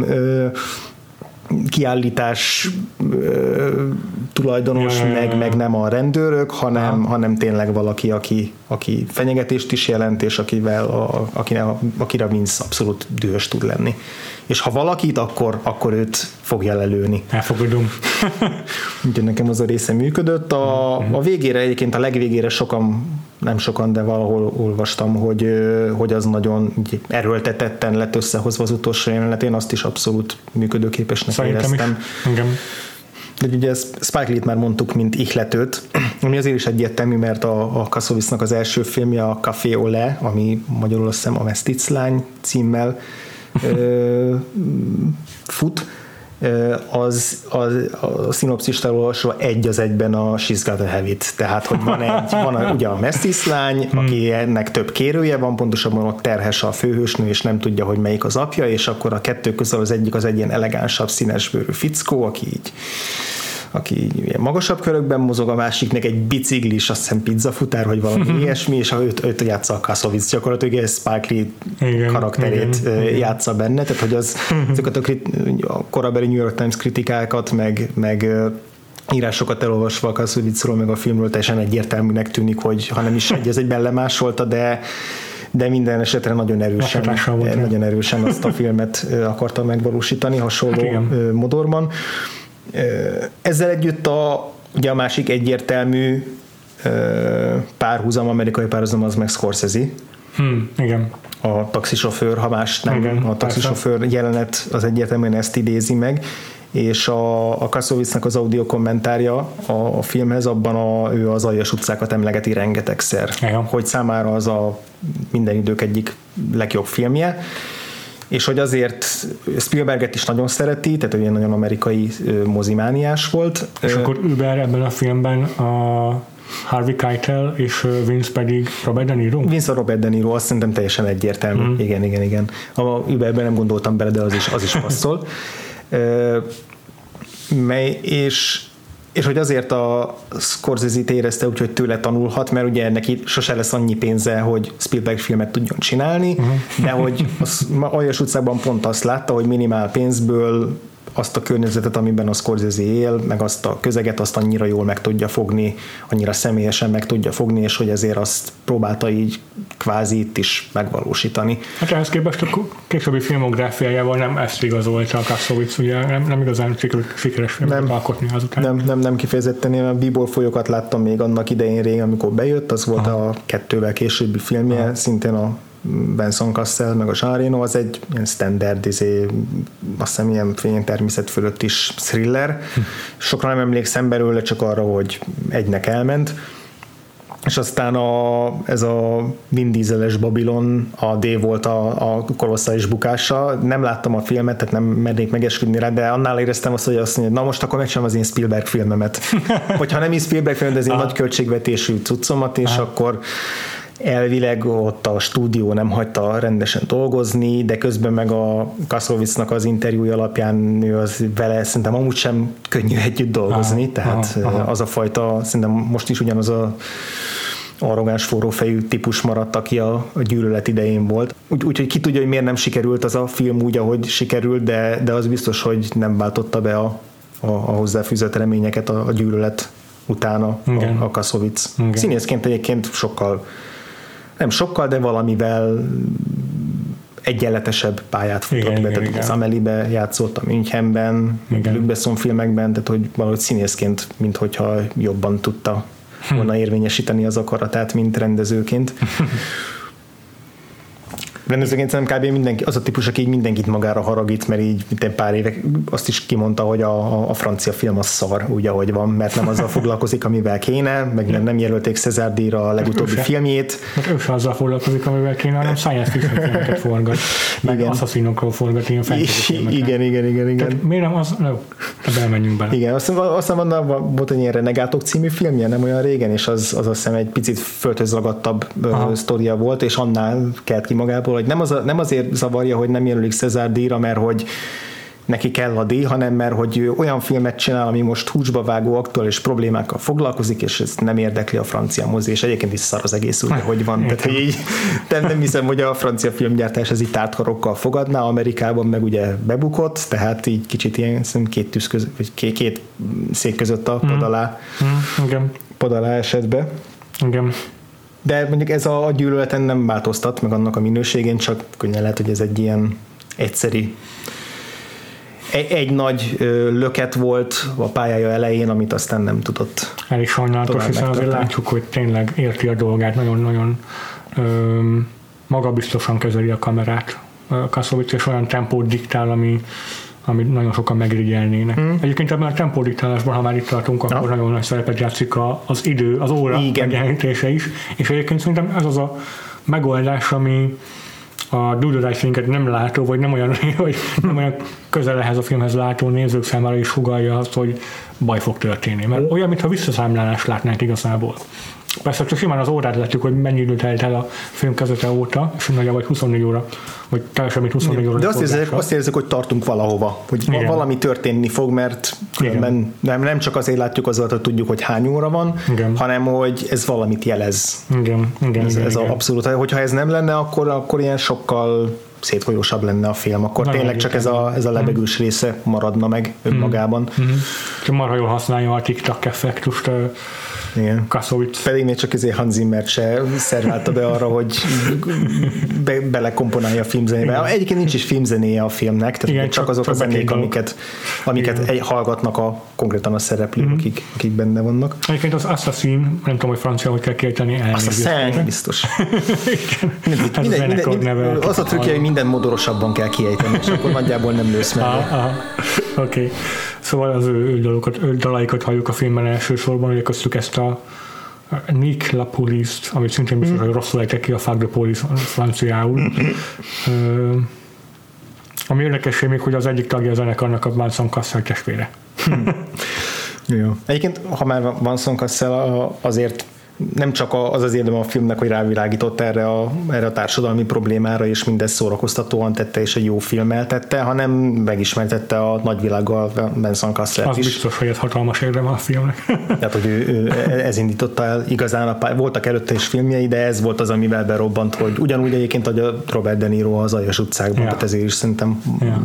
kiállítás tulajdonos, meg nem a rendőrök, hanem tényleg valaki, aki fenyegetést is jelent, és akire Vince abszolút dühös tud lenni. És ha valakit, akkor őt fogja lelőni. Elfogadom. Úgyhogy nekem az a része működött. A végére egyébként, a legvégére nem sokan, de valahol olvastam, hogy az nagyon erőltetetten lett összehozva az utolsó jelenet. Én azt is abszolút működőképesnek éreztem. De ugye Spike Lee-t már mondtuk, mint ihletőt, ami azért is egyértelmű, mert a Kassowitznak az első filmje a Café Olé, ami magyarul azt hiszem a Meszticlány címmel fut, a szinopszist olvasva egy az egyben a She's Got a Heavy-t. Tehát, hogy van ugye a mesztiszlány, aki ennek több kérője van, pontosabban ott terhes a főhősnő, és nem tudja, hogy melyik az apja, és akkor a kettő közül az egyik az egy ilyen elegánsabb, színesbőrű fickó, aki így aki ilyen magasabb körökben mozog, a másiknek egy biciklis, azt hiszem pizzafutár, vagy valami ilyesmi, és őt játsza a Kassovitz, gyakorlatilag egy Spike Lee karakterét játsza benne, tehát hogy ezeket a korábbi New York Times kritikákat, meg írásokat elolvasva a Kassowitzról, meg a filmről teljesen egyértelműnek tűnik, hogy ha nem is ez egyben lemásolta, de minden esetre nagyon erősen azt a filmet akarta megvalósítani hasonló modorban. Ezzel együtt ugye a másik egyértelmű párhuzam, amerikai párhuzam az meg Scorsese. Igen. A taxisofőr, ha más nem, igen, a taxisofőr jelenet az egyértelműen ezt idézi meg, és a Kassowitznak az audio kommentárja a filmhez, abban ő az Aljas utcákat emlegeti rengetegszer, hogy számára az a minden idők egyik legjobb filmje, és hogy azért Spielberget is nagyon szereti, tehát ő ilyen nagyon amerikai mozimániás volt. És akkor Uber ebben a filmben a Harvey Keitel és Vince pedig Robert De Niro? Vince a Robert De Niro, azt szerintem teljesen egyértelmű. Igen. A Uberben nem gondoltam bele, de az is passzol. És hogy azért a Scorsese-t érezte úgy, hogy tőle tanulhat, mert ugye neki sose lesz annyi pénze, hogy Spielberg filmet tudjon csinálni, de hogy az Aljas utcában pont azt látta, hogy minimál pénzből azt a környezetet, amiben a Scorsese él, meg azt a közeget, azt annyira jól meg tudja fogni, annyira személyesen meg tudja fogni, és hogy ezért azt próbálta így kvázi itt is megvalósítani. Hát ehhez képest a későbbi filmográfiájával nem ezt igazolta a Kassovitz, ugye nem igazán sikeres filmet alkotni azután. Nem kifejezetten, én a B-ból folyokat láttam még annak idején régen, amikor bejött, az volt a 2-vel későbbi filmje, szintén a Benson Cassel, meg a Jean Reno, az egy ilyen standard, azt hiszem ilyen természet fölött is thriller. Sokra nem emlékszem belőle, csak arra, hogy egynek elment. És aztán ez a Vin Diesel-es Babylon, a D volt a kolosszális bukása. Nem láttam a filmet, tehát nem mernék megesküdni rá, de annál éreztem azt, hogy azt mondja, na most akkor megcsinálom az én Spielberg filmemet. Hogyha nem is Spielberg film, de az én nagy költségvetésű cuccomat, és akkor elvileg ott a stúdió nem hagyta rendesen dolgozni, de közben meg a Kassowitznak az interjúja alapján ő az vele szerintem amúgy sem könnyű együtt dolgozni, tehát az a fajta, szerintem most is ugyanaz a arrogáns forrófejű típus maradt, aki a Gyűlölet idején volt. Úgyhogy ki tudja, hogy miért nem sikerült az a film úgy, ahogy sikerült, de az biztos, hogy nem váltotta be a hozzáfűzött reményeket a Gyűlölet utána a Kassowitz. Színészként egyébként nem sokkal, de valamivel egyenletesebb pályát futott be, tehát az Amélie-be játszott, a Münchenben, Luc Besson filmekben, tehát hogy valahogy színészként, minthogyha jobban tudta volna érvényesíteni az akaratát, mint rendezőként. Rendezőként szerintem kb. Mindenki, az a típus, aki így mindenkit magára haragít, mert így pár évek azt is kimondta, hogy a francia film az szar, úgy ahogy van, mert nem azzal foglalkozik, amivel kéne, meg nem jelölték César díjra a legutóbbi filmjét. Mert ő sem azzal foglalkozik, amivel kéne, hanem science fiction filmeket forgat, meg asszaszinokról forgat, ilyen fantasy filmeket. Igen. Tehát miért nem az? Belemenjünk bele. Igen, aztán volt egy ilyen Renegátok című filmje, nem olyan régen, és az azt hiszem egy picit földhöz ragadtabb sztoria volt, és annál kelt ki magából, hogy nem azért zavarja, hogy nem jelölik César díjra, mert hogy neki kell a díj, hanem mert hogy olyan filmet csinál, ami most húsba vágó aktuális problémákkal foglalkozik, és ez nem érdekli a francia mozi, és egyébként is szar az egész úgy, hogy van. Tehát, hogy így, nem hiszem, hogy a francia filmgyártás ez így tártkarokkal fogadná, Amerikában meg ugye bebukott, tehát így kicsit ilyen két szék között a pad alá esetbe. Igen. De mondjuk ez a Gyűlöleten nem változtat meg annak a minőségén, csak könnyen lehet, hogy ez egy ilyen egyszeri egy nagy löket volt a pályája elején, amit aztán nem tudott. Elég sajnálatos, hiszen azért látjuk, hogy tényleg érti a dolgát, nagyon-nagyon magabiztosan kezeli a kamerát. Kassowitz és olyan tempót diktál, ami nagyon sokan megirigyelnének. Egyébként ebben a tempódiktálásban, ha már itt tartunk, akkor nagyon nagy szerepet játszik az idő, az óra megjelenítése is, és egyébként szerintem ez az a megoldás, ami a Dude Right nem látó, vagy nem olyan közel ehhez a filmhez látó nézők számára is sugallja azt, hogy baj fog történni. Mert olyan, mintha visszaszámlálást látnánk igazából. Persze csak simán az órát látjuk, hogy mennyi időt telt el a film kezdete óta, és nagyjából 24 óra, vagy teljesen mint 24 óra. De azt érzek, hogy tartunk valahova, hogy valami történni fog, mert nem csak azért látjuk azzal, hogy tudjuk, hogy hány óra van, hanem hogy ez valamit jelez. Ez abszolút, hogyha ez nem lenne, akkor ilyen sokkal szétfolyósabb lenne a film, akkor tényleg csak ez a lebegős része maradna meg önmagában. Marha jól használja a TikTok effektust. Kassovitz. Pedig még csak ezért Hans Zimmert se szerválta be arra, hogy belekomponálja a filmzenébe. Egyébként nincs is filmzenéje a filmnek, tehát igen, csak azok a zenék, amiket hallgatnak konkrétan a szereplők, akik benne vannak. Egyébként az Assassin, nem tudom, hogy francia, hogy kell kiejteni. Assassin, biztos. Az a trükkje, hogy minden modorosabban kell kiejteni, és akkor nagyjából nem lősz meg. Oké. Szóval az ő dalaikat halljuk a filmben elsősorban, hogy köztük ezt a Nick La Police-t, amit szintén biztos, hogy rosszul ejtek ki a Fuck the Police franciául. Ami érdekesség még, hogy az egyik tagja a zenekarnak a Vincent Cassel testvére. Jó. Egyébként, ha már Vincent Cassel azért nem csak az érdeme a filmnek, hogy rávilágított erre a társadalmi problémára, és mindezt szórakoztatóan tette, és egy jó filmmel tette, hanem megismertette a nagyvilággal Vincent Cassel is. Az biztos, hogy ez hatalmas érdeme a filmnek. Tehát, hogy ő ez indította el igazán, voltak előtte is filmjei, de ez volt az, amivel berobbant, hogy ugyanúgy egyébként, hogy a Robert De Niro az Aljas utcákban, tehát ezért is szerintem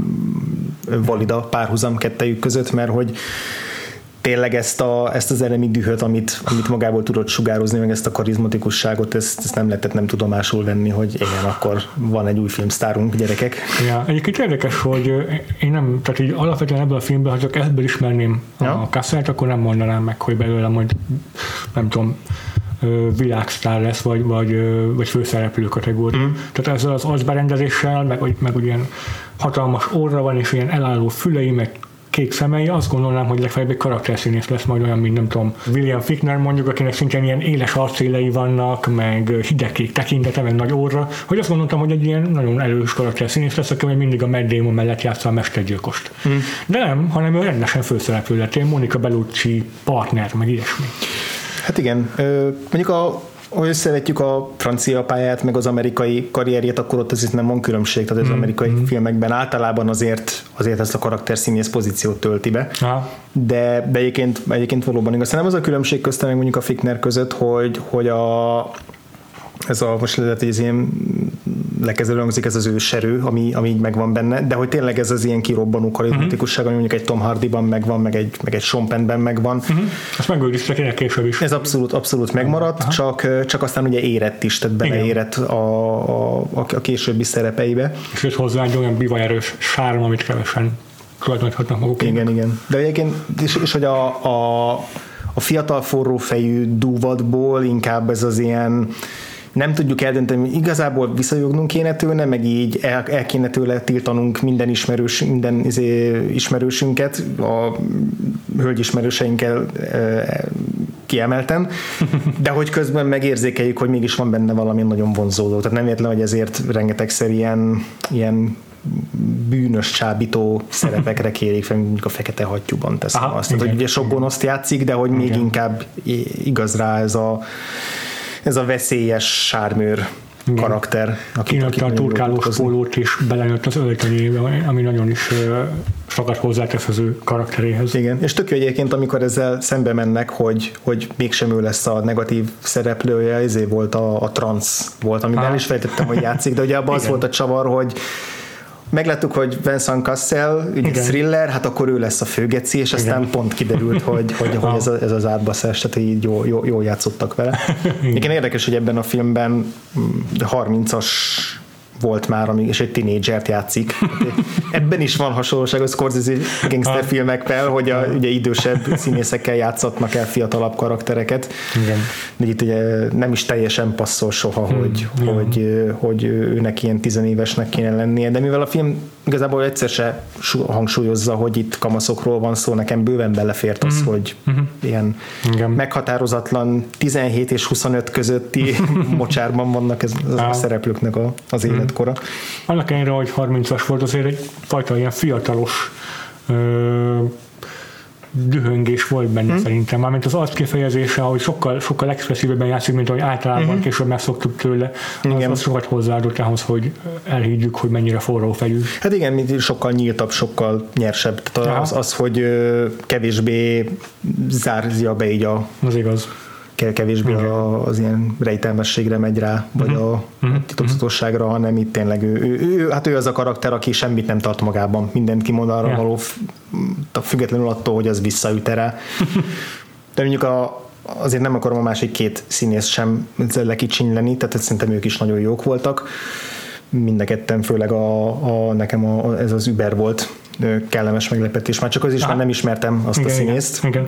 valid a párhuzam kettejük között, mert hogy tényleg ezt az elemi dühöt, amit magából tudott sugározni, meg ezt a karizmatikusságot, ezt nem lehetett nem tudomásul venni, hogy igen, akkor van egy új filmsztárunk, gyerekek. Ja, egyébként érdekes, hogy én nem, tehát így alapvetően ebből a filmben, ha csak ebből ismerném a Casselt, akkor nem mondanám meg, hogy belőle majd, nem tudom, világsztár lesz, vagy főszereplő kategória. Tehát ezzel az arcberendezéssel, meg ilyen hatalmas orra van, és ilyen elálló fülei, meg kék szemei, azt gondolnám, hogy legfeljebb egy karakterszínész lesz majd olyan, mint nem tudom, William Fichtner mondjuk, akinek szintén ilyen éles arcélei vannak, meg hidegkék tekintete, meg nagy orra, hogy azt gondoltam, hogy egy ilyen nagyon erős karakterszínész lesz, aki mindig a Matt Damon mellett játsza a mestergyilkost. De nem, hanem ő rendesen főszereplő lett, ilyen Monica Bellucci partner, meg ilyesmi. Hát igen, mondjuk hogy összevetjük a francia pályát, meg az amerikai karrierjét, akkor ott azért nem van különbség, tehát az amerikai filmekben általában azért ezt a karakterszínész pozíciót tölti be. De egyébként valóban igaz. Nem az a különbség köztem, meg mondjuk a Fichtner között, hogy ez a, most lehet, hogy ez ilyen lekezelő hangzik, ez az őserő, ami így megvan benne, de hogy tényleg ez az ilyen kirobbanó karizmatikusság, ami mondjuk egy Tom Hardyban megvan, meg egy Sean Pennben megvan. Azt megőriztek ének később is. Ez abszolút megmaradt, csak aztán ugye érett is, tehát beleérett a későbbi szerepeibe. És jött hozzá egy olyan bivajerős sárm, amit kevesen tulajdoníthatnak maguk. Igen. De egyébként, és hogy a fiatal forrófejű dúvadból inkább ez az ilyen, nem tudjuk eldönteni, hogy igazából visszajognunk kéne tőle, meg így el kéne tőle tiltanunk minden ismerősünket, a hölgyismerőseinkkel kiemelten, de hogy közben megérzékeljük, hogy mégis van benne valami nagyon vonzódó. Tehát nem értem, hogy ezért rengetegszer ilyen bűnös, csábító szerepekre kérik fel, mondjuk a Fekete hattyúban teszem azt. Tehát, hogy ugye sok gonoszt játszik, de hogy még inkább igaz rá ez a veszélyes sármőr karakter. Kinőtte a turkálós pólót és belenőtt az öltönyébe, ami nagyon is sokat hozzátesz az ő karakteréhez. Igen, és tök jó egyébként, amikor ezzel szembe mennek, hogy mégsem ő lesz a negatív szereplője, ezért volt a trans volt, amit nem is fejtettem, hogy játszik, de ugye abban az volt a csavar, hogy megláttuk, hogy Vincent Cassel, ugye thriller, hát akkor ő lesz a főgeci, és aztán pont kiderült, hogy ez az átbaszás, tehát így jól játszottak vele. Igen, érdekes, hogy ebben a filmben 30-as volt már, és egy tinédzsert játszik. Ebben is van hasonlóság a Scorsese gangster filmekkel, hogy ugye idősebb színészekkel játszatnak el fiatalabb karaktereket. Igen. De itt ugye nem is teljesen passzol soha, hogy őnek ilyen tizenévesnek kéne lennie, de mivel a film igazából egyszer se hangsúlyozza, hogy itt kamaszokról van szó, nekem bőven belefért az, hogy ilyen meghatározatlan 17 és 25 közötti mocsárban vannak a szereplőknek az életkora. Annak ellenére, hogy 30-as volt, azért egyfajta ilyen fiatalos dühöngés volt benne szerintem, mármint az arckifejezése, ahogy sokkal expresszívebben játszik, mint ahogy általában később megszoktuk tőle, az sokat hozzáadott ahhoz, hogy elhiggyük, hogy mennyire forrófejű. Hát igen, mint sokkal nyíltabb, sokkal nyersebb. Tehát az, hogy kevésbé zárja be így az igaz. Kevésbé az ilyen rejtelmességre megy rá, vagy a titokzatosságra, hanem itt tényleg ő az a karakter, aki semmit nem tart magában, mindent kimond arra való, függetlenül attól, hogy az visszaüt rá. De mondjuk azért nem akarom a másik két színész sem lekicsinyleni, tehát szerintem ők is nagyon jók voltak. Mind a ketten, főleg nekem ez az Uber volt kellemes meglepetés, már csak az is, már nem ismertem azt a színészt. Igen.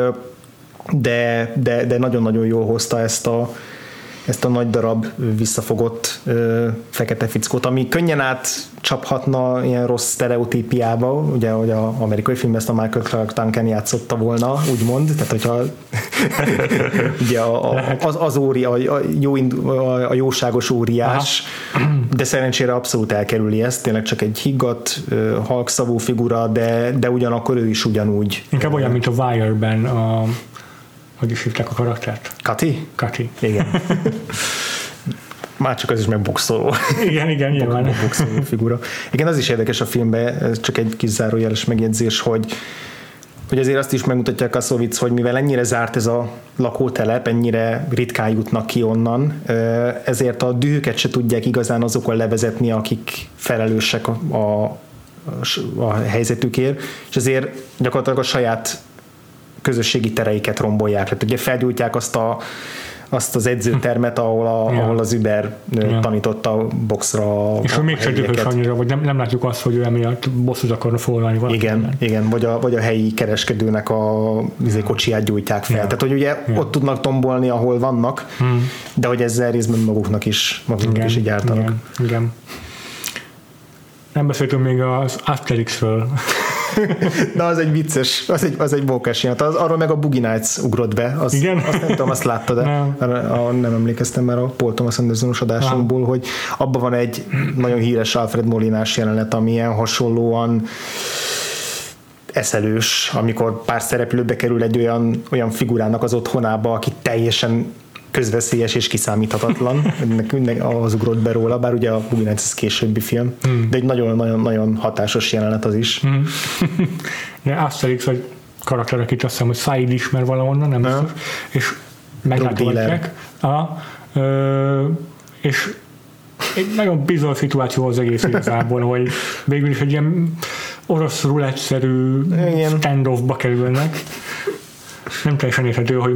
De nagyon-nagyon jól hozta ezt a nagy darab visszafogott fekete fickót, ami könnyen átcsaphatna ilyen rossz sztereotípiába, ugye, hogy az amerikai filmben ezt a Michael Clarke Duncan játszotta volna, úgymond, tehát hogyha ugye az óri, a jóságos óriás, de szerencsére abszolút elkerüli ezt, tényleg csak egy higgadt, halkszavú figura, de ugyanakkor ő is ugyanúgy. Inkább olyan, mint a Wire-ben hogy is hívták a karaktert? Kati? Igen. Már csak az is megboxoló. Igen, nyilván. Boxoló figura. Igen, az is érdekes a filmben, csak egy kis zárójeles megjegyzés, hogy azért azt is megmutatja a Kassovitz, hogy mivel ennyire zárt ez a lakótelep, ennyire ritkán jutnak ki onnan, ezért a dühöket se tudják igazán azokon levezetni, akik felelősek a helyzetükért, és ezért gyakorlatilag a saját közösségi tereiket rombolják. Tehát ugye felgyújtják azt az edzőtermet, ahol az Uber tanította boxra. És ő mégsem dühös annyira, vagy nem látjuk azt, hogy ő emiatt bosszút akarna foglalni valaki. Igen, vagy a helyi kereskedőnek a kocsiját gyújtják fel. Tehát, hogy ugye ott tudnak tombolni, ahol vannak, de hogy ezzel részben maguknak is így ártanak. Igen. Nem beszéltünk még az Asterixről. Na, az egy vicces, az egy mókás jelenet. Arról meg a Boogie Nights ugrott be. Azt nem tudom, azt láttad, nem emlékeztem már a Paul Thomas Anderson-os adásunkból, hogy abban van egy nagyon híres Alfred Molinás jelenet, ami ilyen hasonlóan eszelős, amikor pár szereplőbe kerül egy olyan figurának az otthonába, aki teljesen közveszélyes és kiszámíthatatlan. Az ugrott be róla, bár ugye a Boogie Nights ez későbbi film, de egy nagyon-nagyon hatásos jelenet az is. De Asterix, hogy karakter, akit azt hiszem, hogy Said ismer valahonnan, nem biztos, és meglátogatják. És egy nagyon bizarr szituáció az egész igazából, hogy végül is egy ilyen orosz rulett-szerű stand-offba kerülnek. Nem teljesen érthető, hogy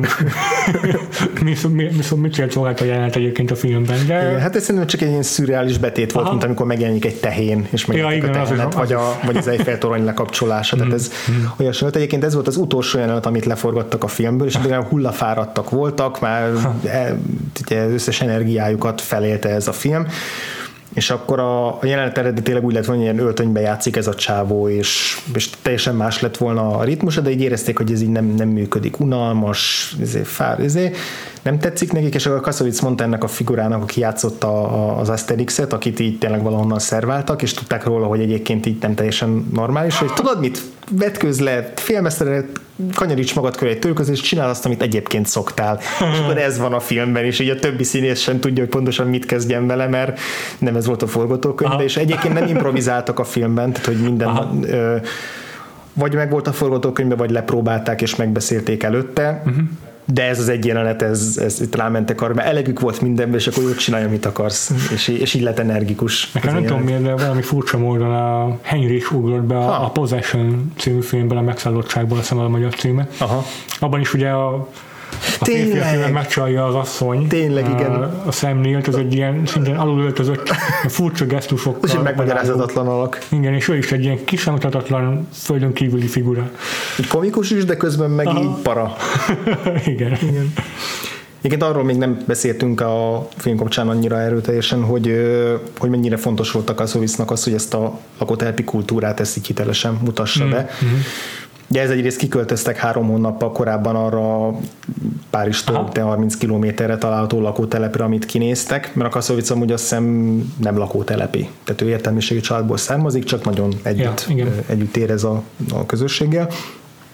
mit célt szolgált a jelenet egyébként a filmben. De... Igen, hát ez szerintem csak egy ilyen szürreális betét volt, mint amikor megjelenik egy tehén, és megjelenik a tehenet, vagy az Eiffel-torony lekapcsolása. Tehát ez olyasmi volt. Egyébként ez volt az utolsó jelenet, amit leforgattak a filmből, és hullafáradtak voltak, már összes energiájukat felélte ez a film. És akkor a jelenet eredetileg úgy lett volna, hogy ilyen öltönyben játszik ez a csávó, és teljesen más lett volna a ritmusa, de így érezték, hogy ez így nem működik, unalmas, nem tetszik nekik, és akkor Kassovitz mondta ennek a figurának, aki játszotta az Asterixet, akit így tényleg valahonnan szerváltak, és tudták róla, hogy egyébként így nem teljesen normális, hogy tudod mit, vetkőzz le, félmeztere, kanyaríts magad köré egy törköz, és csinál azt, amit egyébként szoktál. És akkor ez van a filmben, és így a többi színész sem tudja, hogy pontosan mit kezdjen vele, mert nem ez volt a forgatókönyvben, és egyébként nem improvizáltak a filmben, tehát hogy minden vagy meg volt a forgatókönyvben, vagy lepróbálták, és megbeszélték előtte, de ez az egy jelenet, ez itt rámentek arra, mert elegük volt mindenben, és akkor úgy csinálja, amit akarsz, és így lett energikus. Nekem nem tudom miért, de valami furcsa módon a Heinrich ugrott be a Possession című filmben, a Megszállottságból, azt hiszem a magyar címe. Abban is ugye a férfiak megcsalja az asszony. Tényleg, igen. A Sam Neill-t, az egy ilyen szintén alulöltözött furcsa gesztusokkal. És egy megmagyarázatlan alak. Igen, és ő is egy ilyen kiszámíthatatlan földön kívüli figura. Egy komikus is, de közben meg így para. Igen. Egyébként arról még nem beszéltünk a film kapcsán annyira erőteljesen, hogy mennyire fontos volt a Kassowitznak az, hogy ezt a lakótelepi kultúrát ezt így hitelesen mutassa be. Ugye ez egyrészt kiköltöztek 3 hónappal korábban arra Párizstól 30 kilométerre található lakótelepre, amit kinéztek, mert a Kassovitz amúgy azt hiszem nem lakótelepi. Tehát ő értelmiségi családból származik, csak nagyon együtt érez a közösséggel.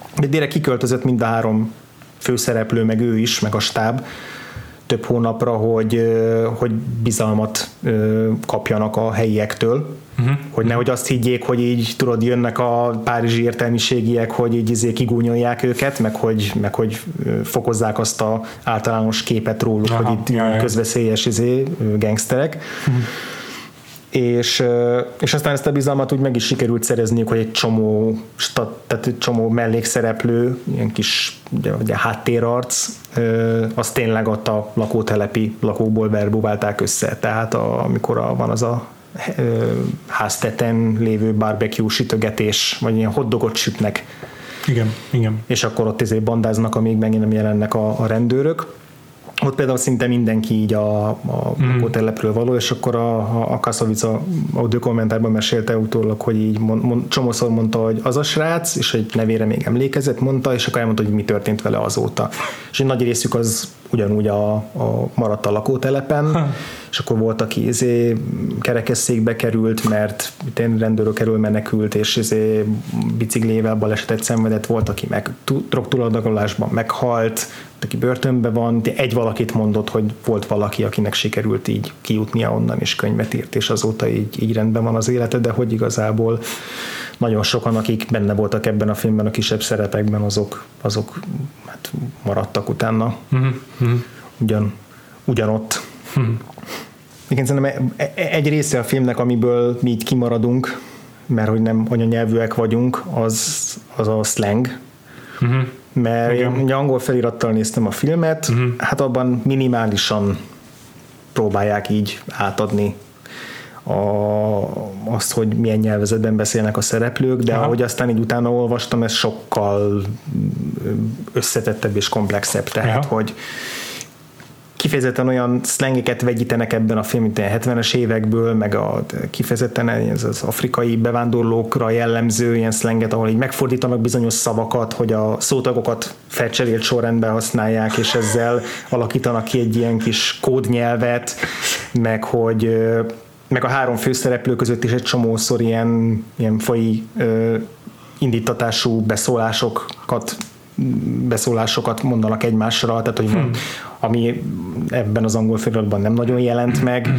De direkt kiköltözött mind a 3 főszereplő, meg ő is, meg a stáb több hónapra, hogy bizalmat kapjanak a helyiektől, hogy nehogy azt higgyék, hogy így tudod, jönnek a párizsi értelmiségiek, hogy így kigúnyolják őket, meg hogy fokozzák azt az általános képet róluk, hogy itt közveszélyes gangsterek. És aztán ezt a bizalmat úgy meg is sikerült szerezniük, hogy egy csomó mellékszereplő, ilyen kis ugye, háttérarc, az tényleg ott a lakótelepi lakókból verbuválták össze. Tehát amikor van az a házteten lévő barbecue sütögetés, vagy ilyen hotdogot sütnek. Igen. És akkor ott bandáznak, amíg megint nem jelennek a rendőrök. Ott például szinte mindenki így a lakótelepről való, és akkor a Kassovitz a dokumentárban mesélte utólag, hogy így csomószor mondta, hogy az a srác, és egy nevére még emlékezett, mondta, és akkor elmondta, hogy mi történt vele azóta. És egy nagy részük az ugyanúgy maradt a lakótelepen, és akkor volt, aki kerekesszékbe került, mert rendőrök elől menekült, és biciklével balesetet szenvedett, volt, aki meg drogtulajdonlásban meghalt, aki börtönben van, de egy valakit mondott, hogy volt valaki, akinek sikerült így kijutnia onnan, és könyvet írt, és azóta így rendben van az élete, de hogy igazából nagyon sokan, akik benne voltak ebben a filmben a kisebb szerepekben, azok hát maradtak utána. Ugyanott. Igen, szerintem egy része a filmnek, amiből mi így kimaradunk, mert hogy nem anyanyelvűek vagyunk, az a slang. Mert én angol felirattal néztem a filmet, hát abban minimálisan próbálják így átadni azt, hogy milyen nyelvezetben beszélnek a szereplők, de ahogy aztán így utána olvastam, ez sokkal összetettebb és komplexebb, tehát hogy kifejezetten olyan szlengeket vegyítenek ebben a film, mint a 70-es évekből, meg kifejezetten az afrikai bevándorlókra jellemző ilyen szlenget, ahol így megfordítanak bizonyos szavakat, hogy a szótagokat felcserélt sorrendben használják, és ezzel alakítanak ki egy ilyen kis kódnyelvet, meg a 3 főszereplő között is egy csomószor ilyen faji indítatású beszólásokat mondanak egymásra, tehát hogy van, ami ebben az angol feliratban nem nagyon jelent meg,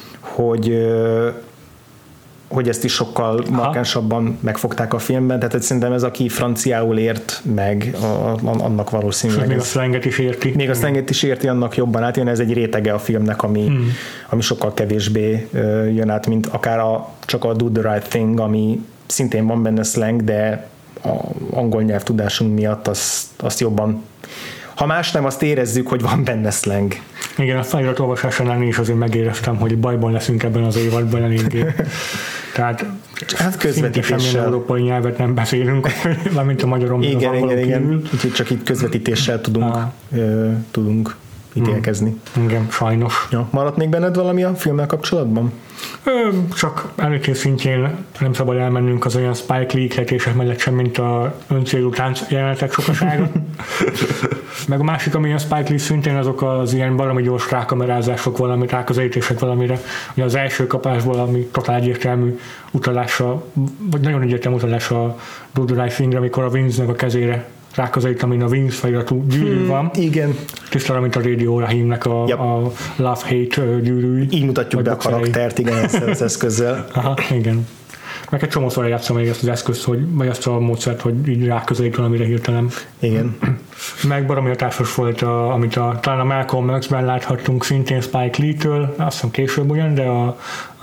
hogy ezt is sokkal markánsabban megfogták a filmben, tehát szerintem ez, aki franciául ért meg, annak valószínűleg. Még a szlenget is érti. Még a szlenget is érti, annak jobban átjön, ez egy rétege a filmnek, ami sokkal kevésbé jön át, mint akár csak a Do the Right Thing, ami szintén van benne slang, de a angol nyelvtudásunk miatt azt jobban, ha más nem, azt érezzük, hogy van benne slang. Igen, a felirat olvasásánál én is azért megéreztem, hogy bajban leszünk ebben az évadban eléggé. Tehát közvetítéssel. Semmilyen európai nyelvet nem beszélünk, valamint a magyarom. Igen. Úgyhogy csak itt közvetítéssel tudunk ítélkezni. Igen, sajnos. Ja. Maradt még benned valami a filmmel kapcsolatban? Csak előtt szintjén nem szabad elmennünk az olyan Spike Lee ikletések mellett sem, mint a öncélú tánc jelenetek sokasága. Meg a másik, ami a Spike Lee szintén, azok az ilyen baromi gyors rákamerázások, valami ráközelítések valamire. Ugye az első kapásból, ami totál egyértelmű utalása, vagy nagyon egyértelmű utalása a Do the Right Thingre, amikor a Vince-nek a kezére ráközelít, amin a Vince feliratú gyűrű van. Igen. Tisztára, mint a Radio Rahimnek a Love-Hate gyűrűi. Így mutatjuk be a karaktert, igen, az eszközzel. Aha, igen. Meg egy csomószor eljátszom még ezt az eszközt, vagy ezt a módszert, hogy így ráközelít valamire hirtelen. Igen. Meg baromi hatásos volt, amit talán a Malcolm X-ben láthattunk szintén Spike Lee-től, azt hiszem később ugyan, de a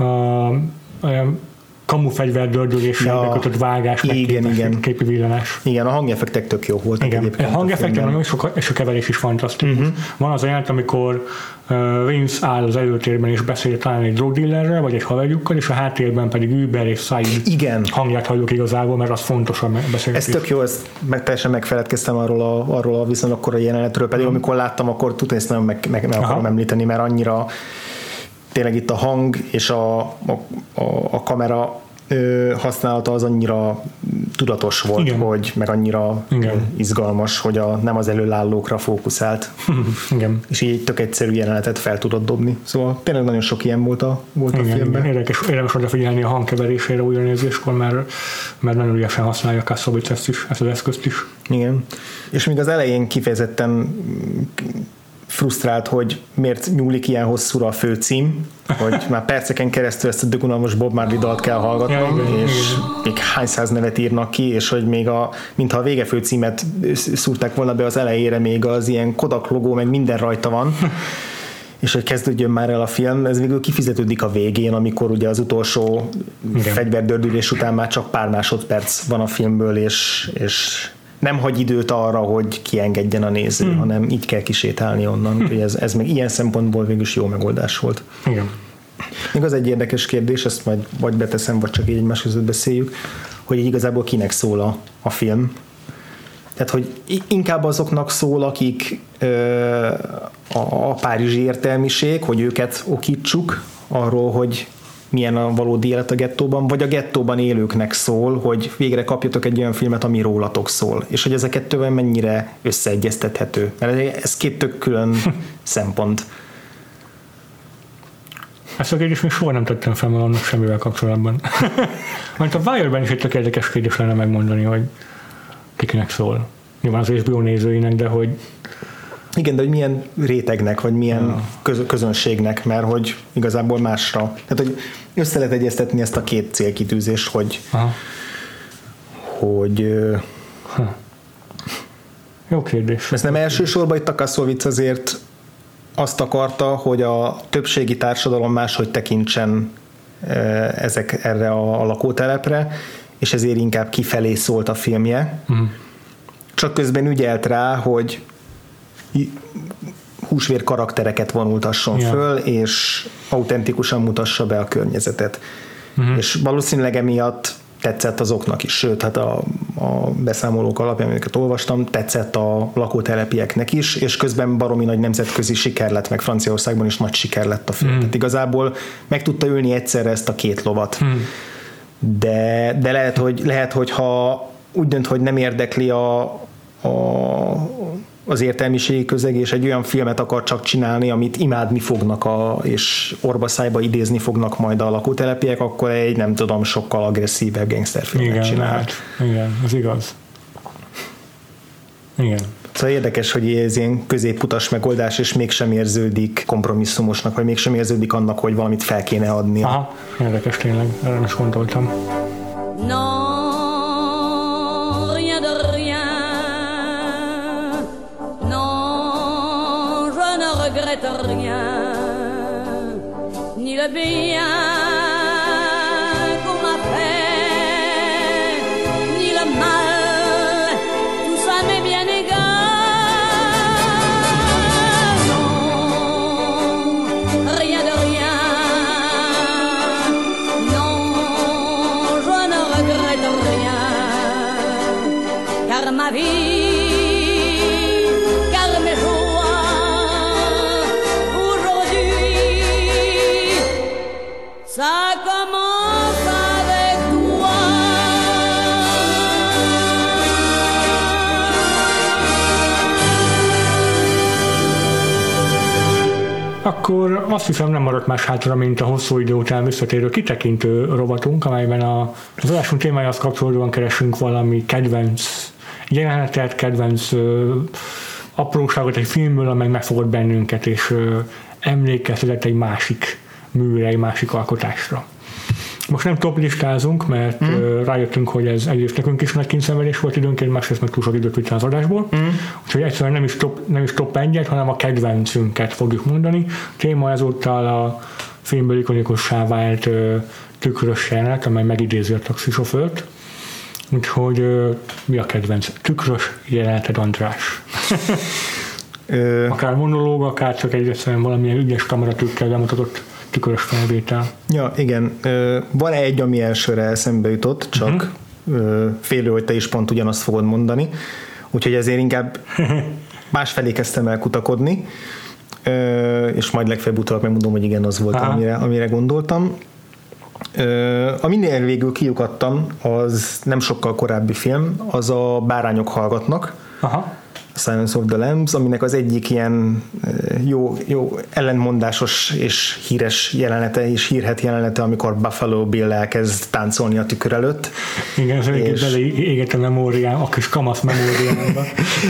kamufegyver dördüléssel bekötött vágás, igen. képi villanás. Igen, a hangeffektek tök jó voltak egyébként. A hangeffektek nagyon sok, és a keverés is fantasztikus. Van az olyan, amikor Vince áll az előtérben és beszél talán egy drogdillerrel, vagy egy haverjukkal, és a háttérben pedig Uber és Said hangját halljuk igazából, mert az fontos a beszélgetés. Ez tök jó, ezt teljesen megfeledkeztem arról a viszont akkor a jelenetről, pedig amikor láttam, akkor tudtam, ezt nem meg akarom említeni, mert annyira tényleg itt a hang és a kamera használata az annyira tudatos volt, hogy meg annyira izgalmas, hogy nem az előállókra fókuszált. Igen. És így tök egyszerű jelenetet fel tudott dobni. Szóval tényleg nagyon sok ilyen volt a filmben. Érdemes odafigyelni a hangkeverésére újranézéskor, mert nagyon ügyesen használja Kassovitz ezt az eszközt is. Igen. És még az elején kifejezetten frusztrált, hogy miért nyúlik ilyen hosszúra a főcím, hogy már perceken keresztül ezt a dögunalmas Bob Marley dalt kell hallgatnom, és még hány száz nevet írnak ki, és hogy még mintha a vége főcímet szúrták volna be az elejére, még az ilyen Kodak logó, meg minden rajta van, és hogy kezdődjön már el a film. Ez végül kifizetődik a végén, amikor ugye az utolsó fegyverdördülés után már csak pár másodperc van a filmből, és nem hagy időt arra, hogy kiengedjen a néző, hanem így kell kisétálni onnan. Úgyhogy ez meg ilyen szempontból végül is jó megoldás volt. Igen. Még az egy érdekes kérdés, ezt majd vagy beteszem, vagy csak így egymás között beszéljük, hogy igazából kinek szól a film. Tehát, hogy inkább azoknak szól, akik a párizsi értelmiség, hogy őket okítsuk arról, hogy milyen a valódi élet a gettóban, vagy a gettóban élőknek szól, hogy végre kapjatok egy olyan filmet, ami rólatok szól. És hogy ez a kettővel mennyire összeegyeztethető. Mert ez két tök külön szempont. Ezt a kérdést még soha nem tettem fel magamnak semmivel kapcsolatban. Mert a Wire-ben is egy tök érdekes kérdés lenne megmondani, hogy kinek szól. Nyilván az HBO nézőinek, de hogy igen, de hogy milyen rétegnek, vagy milyen közönségnek, mert hogy igazából másra. Tehát, hogy össze lehet egyeztetni ezt a két célkitűzést, hogy jó kérdés. Ez nem elsősorban itt a Kassovitz azért azt akarta, hogy a többségi társadalom máshogy tekintsen erre a lakótelepre, és ezért inkább kifelé szólt a filmje. Csak közben ügyelt rá, hogy húsvér karaktereket vonultasson föl, és autentikusan mutassa be a környezetet. És valószínűleg emiatt tetszett azoknak is, sőt, hát a beszámolók alapján, amiket olvastam, tetszett a lakótelepieknek is, és közben baromi nagy nemzetközi siker lett, meg Franciaországban is nagy siker lett a film. Tehát igazából meg tudta ülni egyszerre ezt a két lovat. De lehet, hogy ha úgy dönt, hogy nem érdekli az értelmiségi közeg, és egy olyan filmet akar csak csinálni, amit imádni fognak, és orbaszájba idézni fognak majd a lakótelepiek, akkor egy, nem tudom, sokkal agresszívebb gangsterfilmet csinál. Igen, az igaz. Igen. Szóval érdekes, hogy ez ilyen középutas megoldás, és mégsem érződik kompromisszumosnak, vagy mégsem érződik annak, hogy valamit fel kéne adnia. Aha, érdekes tényleg, erre is gondoltam. Rien, ni le bien qu'on m'a fait, ni le mal, tout ça m'est bien égal. Non, rien de rien, non, je ne regrette rien, car ma vie, ça commence avec toi. Akkor azt hiszem nem maradt más hátra, mint a hosszú idő után visszatérő kitekintő rovatunk, amelyben az adásunk témájához kapcsolódóan keresünk valami kedvenc jelenetet, kedvenc apróságot egy filmből, amely megfogott bennünket, és emlékeztetett egy másik műre, egy másik alkotásra. Most nem toplistázunk, mert rájöttünk, hogy ez egyrészt nekünk is nagy kényszenvedés volt időnként, másrészt meg túl sok időt vitt az adásból. Úgyhogy egyszerűen nem is top egyet, hanem a kedvencünket fogjuk mondani. A téma ezúttal a filmből ikonikussá vált tükrös jelenet, amely megidézi a taxisofőrt. Úgyhogy mi a kedvenc tükrös jeleneted, András? Akár monológ, akár csak egyszerűen valamilyen ügyes kameratrükkel bemutatott tükrös felvétel. Ja, igen. Van egy, ami elsőre eszembe jutott, csak félő, hogy te is pont ugyanazt fogod mondani. Úgyhogy ezért inkább másfelé kezdtem el kutakodni, és majd legfeljebb utalak megmondom, hogy igen, az volt, amire gondoltam. Aminél végül kiukadtam, az nem sokkal korábbi film, az a Bárányok hallgatnak. Aha. Silence of the Lambs, aminek az egyik ilyen jó ellentmondásos és híres jelenete és hírhet jelenete, amikor Buffalo Bill elkezd táncolni a tükör előtt. Igen, ez beleégett a memóriám, a kis kamasz memóriámba.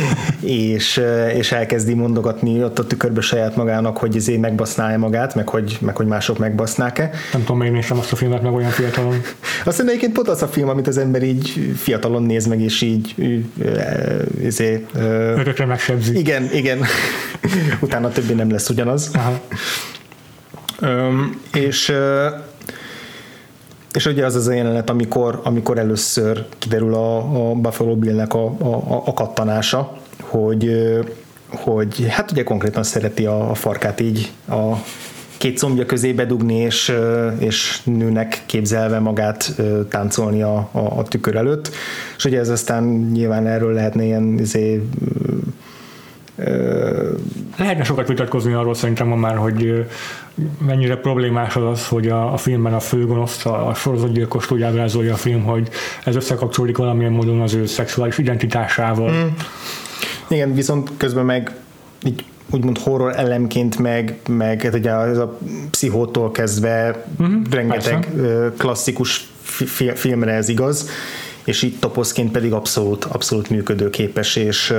és elkezdi mondogatni ott a tükörbe saját magának, hogy ezért megbaszná-e magát, meg hogy mások megbasznák-e. Nem tudom, miért néztem azt a filmet meg olyan fiatalon. Aztán egyébként pont az a film, amit az ember így fiatalon néz meg, és így Örökre megsebzi. Igen. Utána többé nem lesz ugyanaz. Aha. És ugye az a jelenet, amikor először kiderül a Buffalo Billnek a kattanása, hogy hát ugye konkrétan szereti a farkát így a két combja közé bedugni, és nőnek képzelve magát táncolni a tükör előtt. És ugye ez aztán nyilván erről lehetne ilyen lehetne sokat vitatkozni arról szerintem ma már, hogy mennyire problémás az, hogy a filmben a főgonoszt, a sorozatgyilkost úgy ábrázolja a film, hogy ez összekapcsolódik valamilyen módon az ő szexuális identitásával. Igen, viszont közben meg így úgymond horror elemként meg hát ugye ez a Pszichótól kezdve rengeteg klasszikus filmre ez igaz, és így toposzként pedig abszolút működőképes,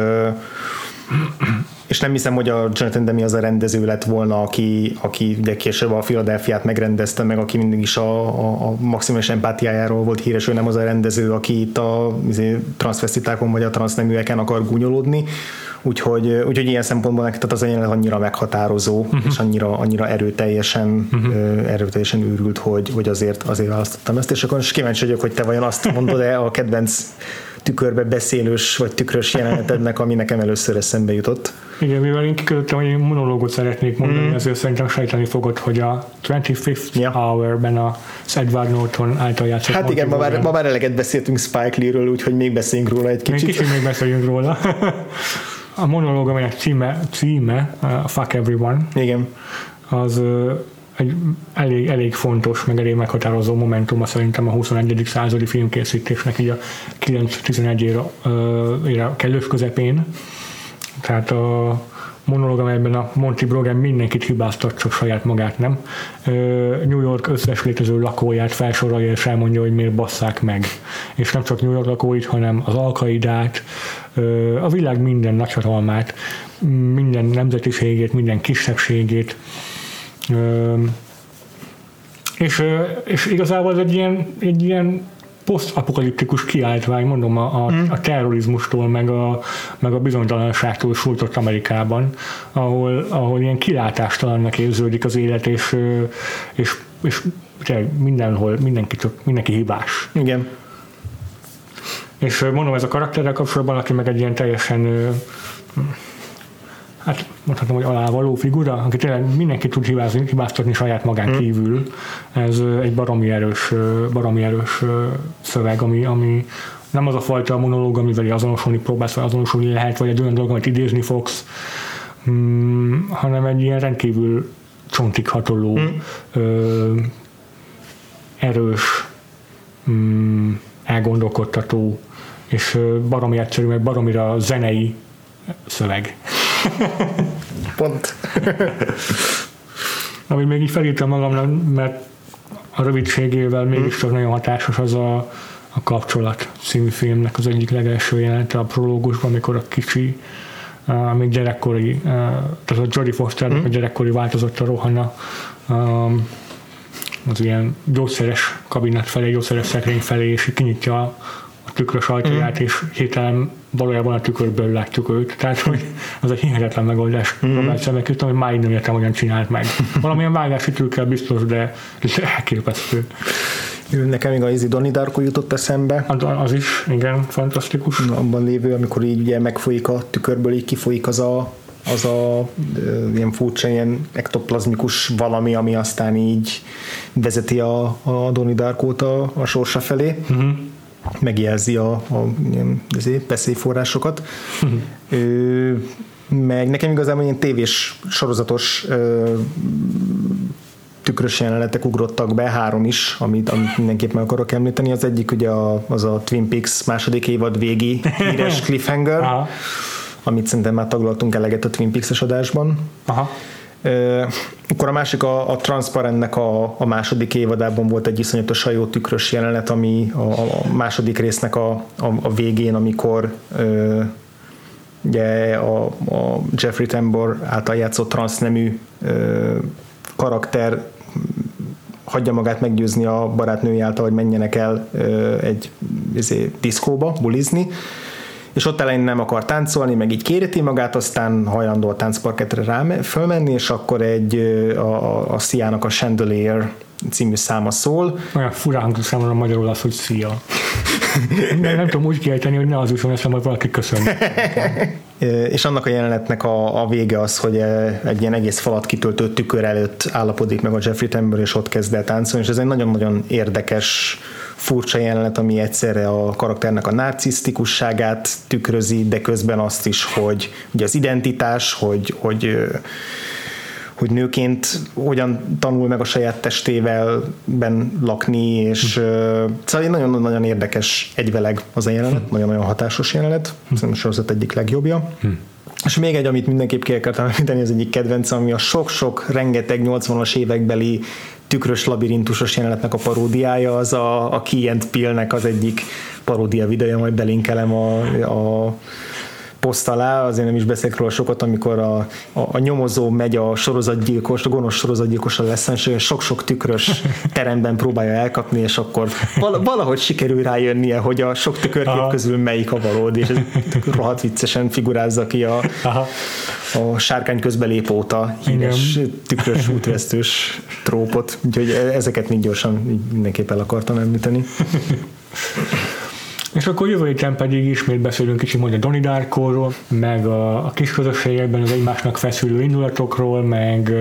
és nem hiszem, hogy a Jonathan Demme az a rendező lett volna, aki ugye később a Philadelphiát megrendezte, meg aki mindig is a maximális empátiájáról volt híres, ő nem az a rendező, aki itt a transzvesztitákon vagy a transzneműeken akar gúnyolódni, úgyhogy ilyen szempontból tehát az a jelenet annyira meghatározó, és annyira erőteljesen őrült, hogy azért választottam ezt, és akkor kíváncsi vagyok, hogy te vajon azt mondod-e a kedvenc tükörbe beszélős vagy tükrös jelenetednek, ami nekem először eszembe jutott. Igen, mivel én kikötöttem, hogy én monológot szeretnék mondani, ezért szerintem sejteni fogod, hogy a 25th Hour-ben az Edward Norton által játszott. Hát igen, ma már eleget beszéltünk Spike Lee-ről, úgyhogy még beszéljünk róla egy kicsit. Még beszéljünk róla. A monológ, amelynek címe Fuck Everyone. Igen. Az egy elég fontos, meg elég meghatározó momentuma szerintem a 21. századi filmkészítésnek így a 9-11 éra kellős közepén. Tehát a monológ, amelyben a Monty Brogan mindenkit hibáztat, csak saját magát nem. New York összes létező lakóját felsorolja és elmondja, hogy miért basszák meg. És nem csak New York lakóit, hanem az Al-Qaidát, a világ minden nagyhatalmát, minden nemzetiségét, minden kisebbségét. És igazából ez egy ilyen posztapokaliptikus kiáltvány, mondom, a terrorizmustól, meg a bizonytalanságtól sújtott Amerikában, ahol ilyen kilátástalannak érződik az élet, és mindenhol mindenki hibás. Igen. És mondom, ez a karakterrel kapcsolatban, aki meg egy ilyen teljesen hát mondhatom, hogy alávaló figura, aki tényleg mindenki tud hibáztatni saját magán kívül. Ez egy baromi erős szöveg, ami nem az a fajta monológ, amivel azonosulni próbálsz, vagy azonosulni lehet, vagy egy olyan dolog, amit idézni fogsz, hanem egy ilyen rendkívül csontig hatoló, erős, elgondolkodtató, és baromi egyszerű, meg baromira zenei szöveg. Pont. Amit még így felírtam magamnak, mert a rövidségével mégiscsak nagyon hatásos az a Kapcsolat című filmnek az egyik legelső jelenete a prológusban, amikor a kicsi, még gyerekkori, tehát a Jodie Fosternek a gyerekkori változata rohan az ilyen gyógyszeres kabinet felé, gyógyszeres szekrény felé, és kinyitja a tükrös ajtaját, és hirtelen valójában a tükörből látjuk őt. Tehát, hogy az egy hihetetlen megoldás. Próbált szemek jutom, hogy már így nem értem, hogyan csinált meg. Valamilyen vágási trükkel biztos, de elképesztő. Nekem még a Donnie Darko jutott eszembe. Az is, igen, fantasztikus. Abban lévő, amikor így ugye megfolyik a tükörből, így kifolyik az a ilyen furcsa, ilyen ektoplazmikus valami, ami aztán így vezeti a Donnie Darkót a sorsa felé. Megjelzi a veszélyforrásokat. Meg nekem igazából ilyen tévés sorozatos tükrös jelenetek ugrottak be, 3 is, amit mindenképp meg akarok említeni. Az egyik ugye az a Twin Peaks második évad végi híres cliffhanger, amit szerintem már taglaltunk eleget a Twin Peaks-es adásban. Aha. Akkor a másik a Transparentnek a második évadában volt egy iszonyatos jó tükrös jelenet, ami a második résznek a végén, amikor ugye a Jeffrey Tambor által játszott transznemű karakter hagyja magát meggyőzni a barátnői által, hogy menjenek el egy diszkóba bulizni, és ott elején nem akar táncolni, meg így kéreti magát, aztán hajlandó a táncparketre fölmenni, és akkor a Sia-nak a Chandelier című száma szól. Olyan furán számomra magyarul az, hogy Sia. Nem tudom úgy kiejteni, hogy ne az jusson eszembe, hogy valaki köszön. És annak a jelenetnek a vége az, hogy egy ilyen egész falat kitöltött tükör előtt állapodik meg a Jeffrey Tambor, és ott kezd el táncolni, és ez egy nagyon-nagyon érdekes, furcsa jelenet, ami egyszerre a karakternek a narcisztikusságát tükrözi, de közben azt is, hogy ugye az identitás, hogy nőként hogyan tanul meg a saját testével lakni, és szóval nagyon-nagyon érdekes egyveleg az a jelenet, nagyon-nagyon hatásos jelenet, szerintem a sorozat egyik legjobbja. És még egy, amit mindenképp ki akartam említeni, az egyik kedvenc, ami a sok-sok, rengeteg 80-as évekbeli tükrös labirintusos jelenetnek a paródiája, az a Key and Peele-nek az egyik paródia videója, majd belinkelem a poszt alá, azért nem is beszélek róla sokat, amikor a nyomozó megy a sorozatgyilkos, a gonosz sorozatgyilkosra lesz, és sok-sok tükrös teremben próbálja elkapni, és akkor valahogy sikerül rájönnie, hogy a sok tükörkép közül melyik a valódi, és ez rohadt viccesen figurázza ki a sárkány közbelép óta híres tükrös útvesztős trópot, úgyhogy ezeket még gyorsan mindenképp el akartam említeni. És akkor jövő héten pedig ismét beszélünk kicsit majd a Donnie Darko-ról, meg a kis közösségekben az egymásnak feszülő indulatokról, meg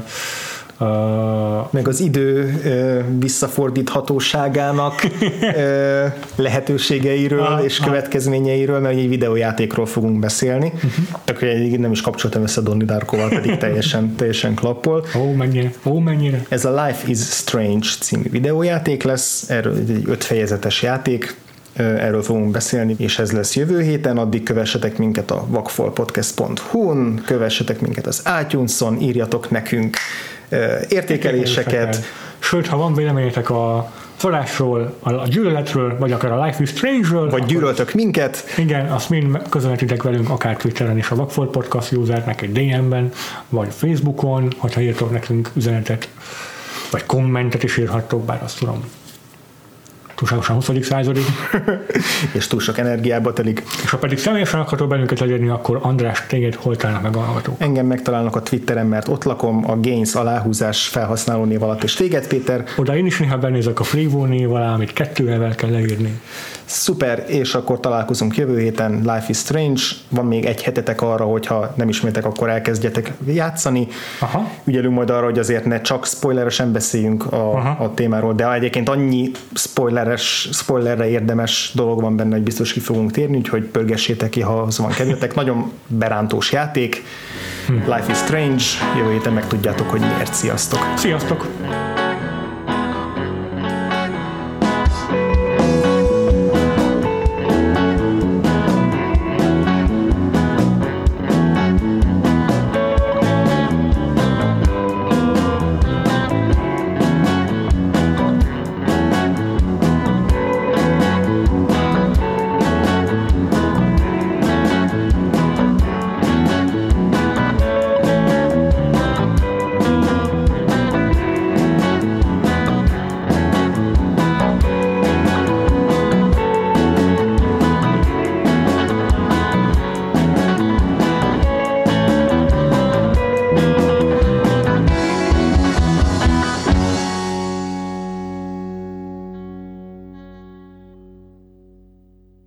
az idő visszafordíthatóságának lehetőségeiről és következményeiről, mert egy videójátékról fogunk beszélni. Tök nem is kapcsoltam össze Donnie Darko-val, pedig teljesen klappol. Mennyire. Ez a Life is Strange című videójáték lesz, erről egy 5 fejezetes játék, erről fogunk beszélni, és ez lesz jövő héten, addig kövessetek minket a vakfolpodcast.hu-n, kövessetek minket az iTunes-on, írjatok nekünk értékeléseket. Sőt, ha van véleményetek a forrásról, a gyűlöletről, vagy akár a Life is Strange-ről, vagy gyűlöltök minket. Igen, azt mind közöletitek velünk, akár Twitteren és a Vakfolt Podcast usernek egy DM-ben, vagy Facebookon, hogyha írtok nekünk üzenetet, vagy kommentet is írhattok, bár azt tudom, túlságosan 20. századig. És túl sok energiába telik. És ha pedig személyesen akartok bennünket elérni, akkor András, téged hol találnak meg a hallgatók? Engem megtalálnak a Twitteren, mert ott lakom, a Gains aláhúzás felhasználó név alatt, és téged, Péter. Oda én is néha benézek a Freevo név alá, amit 2 elvel kell leírni. Szuper, és akkor találkozunk jövő héten, Life is Strange, van még egy hetetek arra, hogyha nem ismertek, akkor elkezdjetek játszani. Aha. Ügyelünk majd arra, hogy azért ne csak spoileresen beszéljünk a témáról, de egyébként annyi spoilerre érdemes dolog van benne, hogy biztos ki fogunk térni, úgyhogy pörgessétek ki, ha az van kedvetek. Nagyon berántós játék, Life is Strange, jövő héten megtudjátok, hogy miért. Sziasztok! Sziasztok!